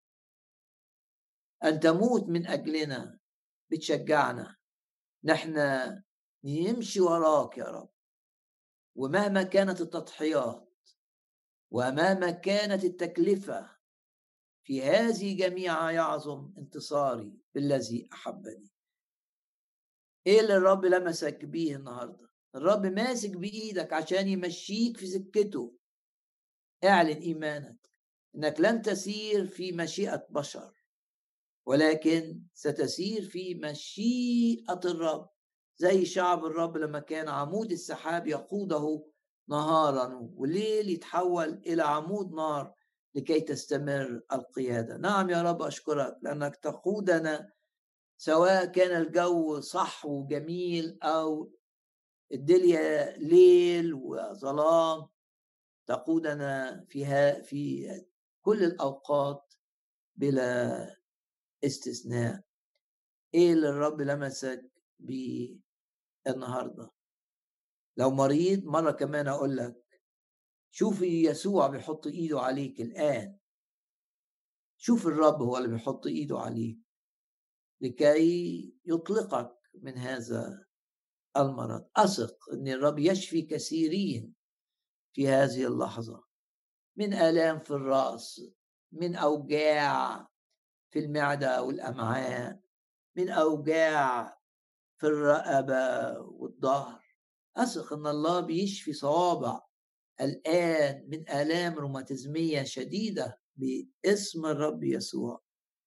أن تموت من أجلنا بتشجعنا. نحن نمشي وراك يا رب، ومهما كانت التضحيات ومهما كانت التكلفة، في هذه جميعها يعظم انتصاري بالذي أحبني. إيه اللي الرب لمسك بيه النهاردة؟ الرب ماسك بإيدك عشان يمشيك في سكته. اعلن إيمانك إنك لن تسير في مشيئة بشر، ولكن ستسير في مشيئة الرب، زي شعب الرب لما كان عمود السحاب يقوده نهارا والليل يتحول إلى عمود نار لكي تستمر القيادة. نعم يا رب أشكرك لأنك تقودنا سواء كان الجو صح وجميل أو الدنيا ليل وظلام. تقودنا في كل الأوقات بلا استثناء. إيه اللي الرب لمسك بيه النهاردة؟ لو مريض، مرة كمان أقول لك شوف يسوع بيحط إيده عليك الآن. شوف الرب هو اللي بيحط إيده عليك لكي يطلقك من هذا المرض. أثق أن الرب يشفي كثيرين في هذه اللحظة من آلام في الرأس، من أوجاع في المعدة والأمعاء، من أوجاع في الرقبة والظهر. أثق أن الله بيشفي صوابع الآن من آلام روماتيزمية شديدة باسم الرب يسوع.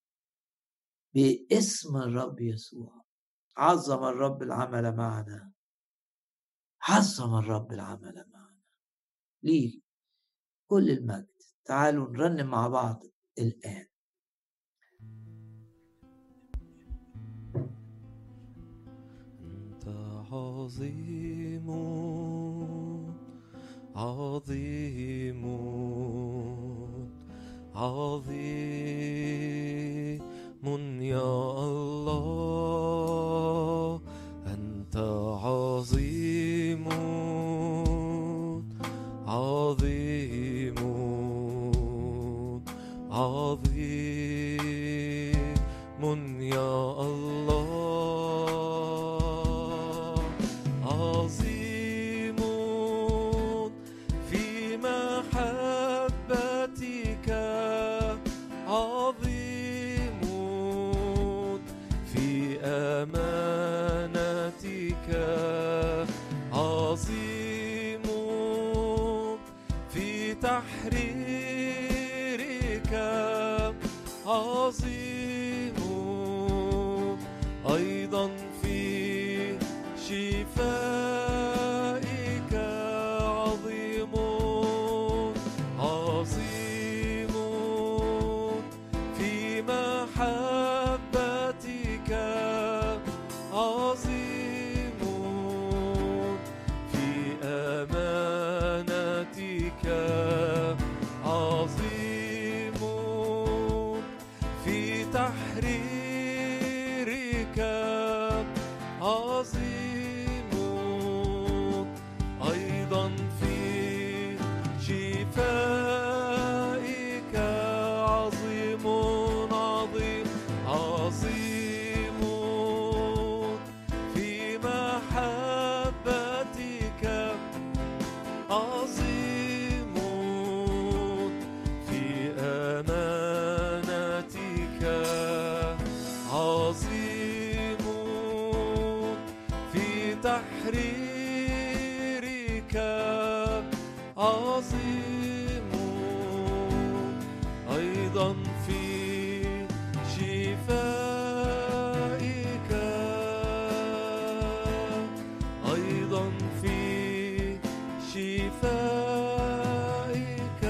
باسم الرب يسوع. عظم الرب العمل معنا. عظم الرب العمل معنا. ليه كل المجد. تعالوا نرنم مع بعض الآن. أنت عظيم عظيم عظيم يا الله. أنت عظيم عظيم عظيم يا الله. تحريرك عظيم، أيضا في شفائك عظيم، عظيم في محبتك، عظيم في أمانتك، عظيم في تحريرك، عظيم أيضا في شفائك عظيم، عظيم عظيم في محبتك، عظيم في أمانتك، عظيم في تحريرك، عظيم أيضا في شفائك، أيضا في شفائك.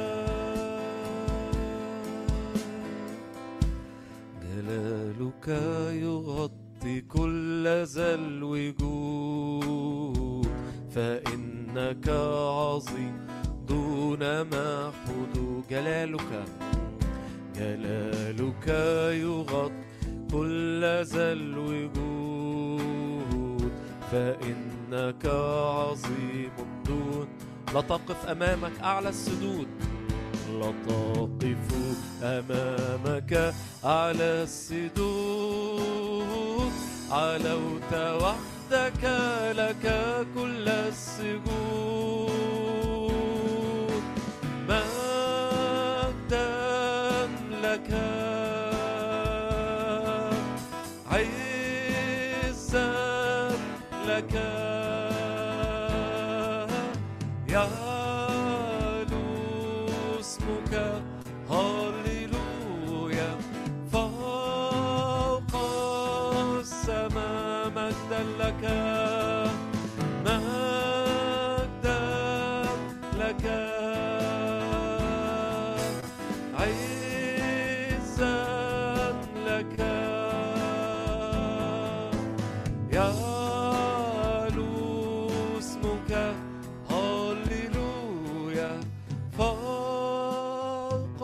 جلالك يغطي كل ذا الوجود، فإنك عظيم دون ما حدود. جلالك يغطي كل ذا الوجود، فإنك عظيم دون. لا تقف أمامك أعلى السدود، لا تقف أمامك أعلى السدود، علوت وحدك لك كل السجود، مجدا لك، عزا لك، يعلو اسمك، هللويا فوق السماء، مجدا لك، مجدا لك، عزا لك، يعلو اسمك، هللويا فوق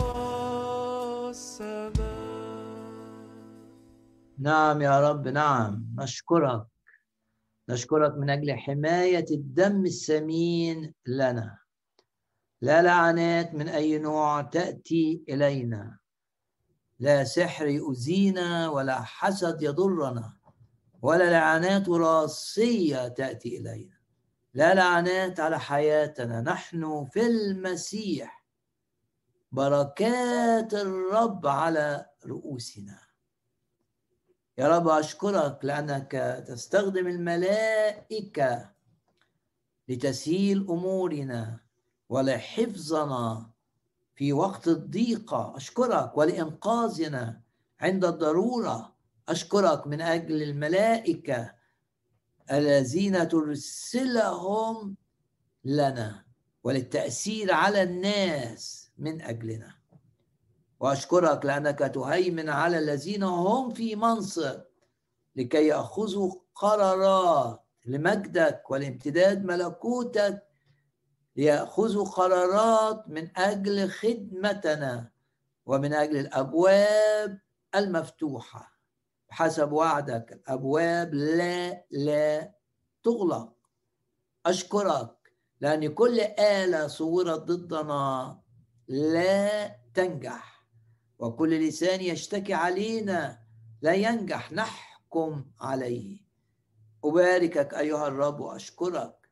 السماء. نعم يا رب، نعم، نشكرك من أجل حماية الدم الثمين لنا. لا لعنات من أي نوع تأتي إلينا، لا سحر يؤذينا ولا حسد يضرنا، ولا لعنات وراثية تأتي إلينا. لا لعنات على حياتنا، نحن في المسيح، بركات الرب على رؤوسنا. يا رب أشكرك لأنك تستخدم الملائكة لتسهيل أمورنا ولحفظنا في وقت الضيقة. أشكرك ولإنقاذنا عند الضرورة. أشكرك من أجل الملائكة الذين ترسلهم لنا وللتأثير على الناس من أجلنا. وأشكرك لأنك تهيمن على الذين هم في منصب لكي يأخذوا قرارات لمجدك ولامتداد ملكوتك، ليأخذوا قرارات من أجل خدمتنا ومن أجل الأبواب المفتوحة بحسب وعدك. الأبواب لا تغلق. أشكرك لأن كل آلة صورت ضدنا لا تنجح، وكل لسان يشتكي علينا لا ينجح نحكم عليه. أباركك أيها الرب وأشكرك.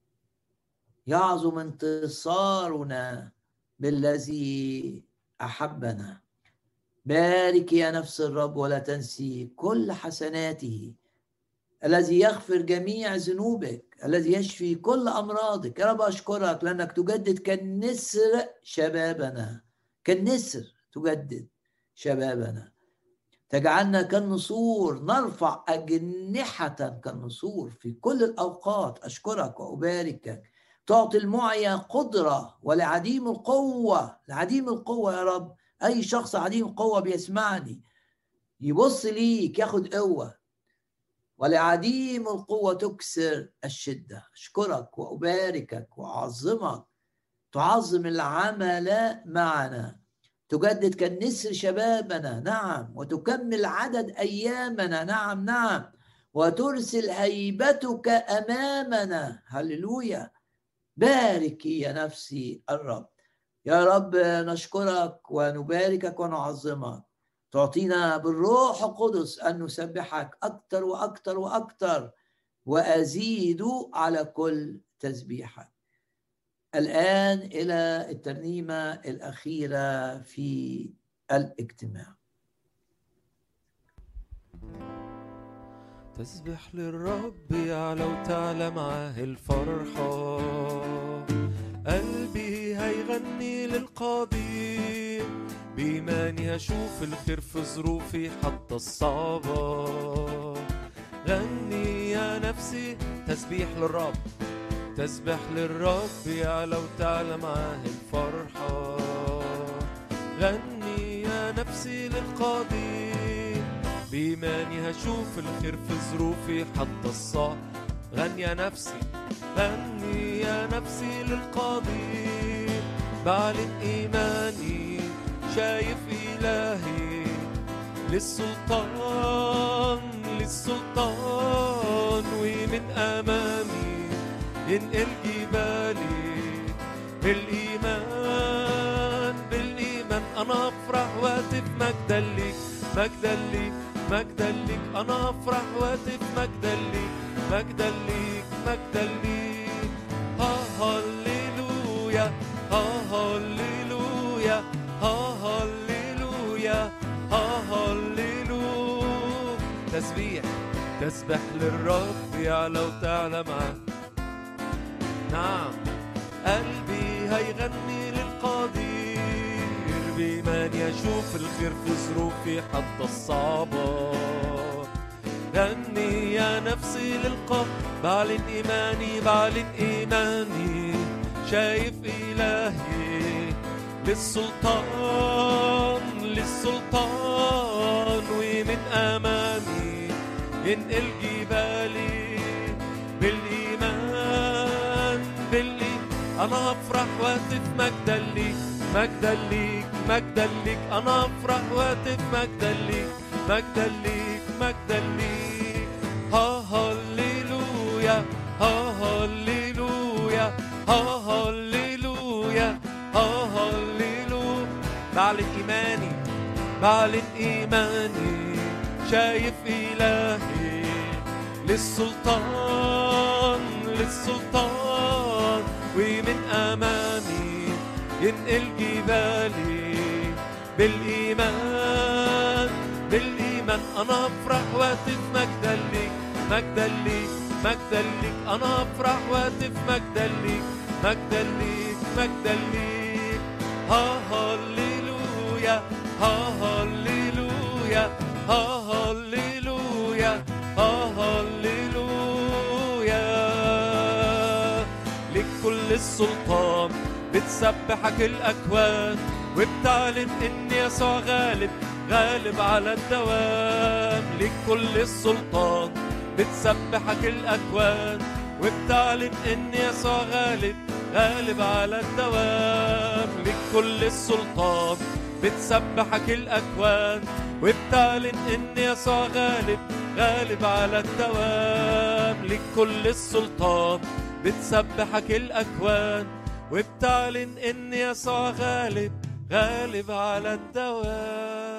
يعظم انتصارنا بالذي أحبنا. بارك يا نفس الرب ولا تنسي كل حسناته، الذي يغفر جميع ذنوبك، الذي يشفي كل أمراضك. يا رب أشكرك لأنك تجدد كالنسر شبابنا، كالنسر تجدد شبابنا، تجعلنا كالنسور، نرفع أجنحة كالنسور في كل الأوقات. أشكرك وأباركك. تعطي المعيا قدرة ولعديم القوة، لعديم القوة يا رب. أي شخص عديم قوة بيسمعني يبص ليك ياخد قوة، ولعديم القوة تكسر الشدة. أشكرك وأباركك وأعظمك. تعظم العمل معنا، تجدد كالنسر شبابنا، نعم، وتكمل عدد أيامنا، نعم نعم، وترسل هيبتك أمامنا. هللويا. باركي يا نفسي الرب. يا رب نشكرك ونباركك ونعظمك. تعطينا بالروح القدس أن نسبحك أكتر وأكتر وأكتر، وأزيد على كل تسبيحك. الآن إلى الترنيمة الأخيرة في الاجتماع. تسبح للرب يعلى وتعلى معاه الفرحة، قلبي هيغني للقدير، بإيماني هشوف الخير في ظروفي حتى الصعبة. غني يا نفسي تسبيح للرب، تسبح للرب يعلى وتعلى معاه الفرحة. غني يا نفسي للقدير، بإيماني هشوف الخير في ظروفي حتى الصعب. غني يا نفسي، غني يا نفسي للقدير، بعلن إيماني شايف إلهي، للسلطان للسلطان، ومن أمامي ينقل جبالي. بالإيمان بالإيمان أنا أفرح وأتف مجدا ليك، مجدا ليك مجدا ليك. أنا أفرح وأتف مجدا ليك، مجدا ليك مجدا ليك. هاليلويا هاليلويا هاليلويا هاليلويا. تسبيح، تسبح للرب يعلى وتعلى معاه. نعم، قلبي هيغني للقدير، بإيماني أشوف الخير في ظروفي حتى الصعبة. غني يا نفسي بعلن إيماني، بعلن إيماني شايف إلهي، للسلطان للسلطان، ومن أمامي ينقل جبالي. بالإيمان بالإيمان أنا أفرح وأتف مجدا ليك، مجدا ليك مجدا ليك. أنا أفرح وأتف مجدا ليك، مجدا ليك مجدا ليك. هاليلويا هاليلويا هاليلويا هاليلويا. بعلن إيماني، بعلن إيماني شايف إلهي، للسلطان للسلطان، ومن أمامي ينقل جبالي. بالإيمان بالإيمان أنا أفرح وأتف مجدا ليك، مجدا ليك مجدا ليك. أنا أفرح وأتف مجدا ليك، مجدا ليك مجدا ليك. هاليلويا هاليلويا هاليلويا هاليلويا. لك كل السلطان، بتسبحك الأكوان، وبتعلن إن يسوع غالب، غالب على الدوام. لك كل السلطان، بتسبحك الأكوان، وبتعلن إن يسوع غالب، غالب على الدوام. لك كل السلطان، بتسبحك الأكوان، وبتعلن إن يسوع غالب، غالب على الدوام. لك كل السلطان، بتسبحك الأكوان، وبتعلن إن يسوع غالب، غالب على الدوام.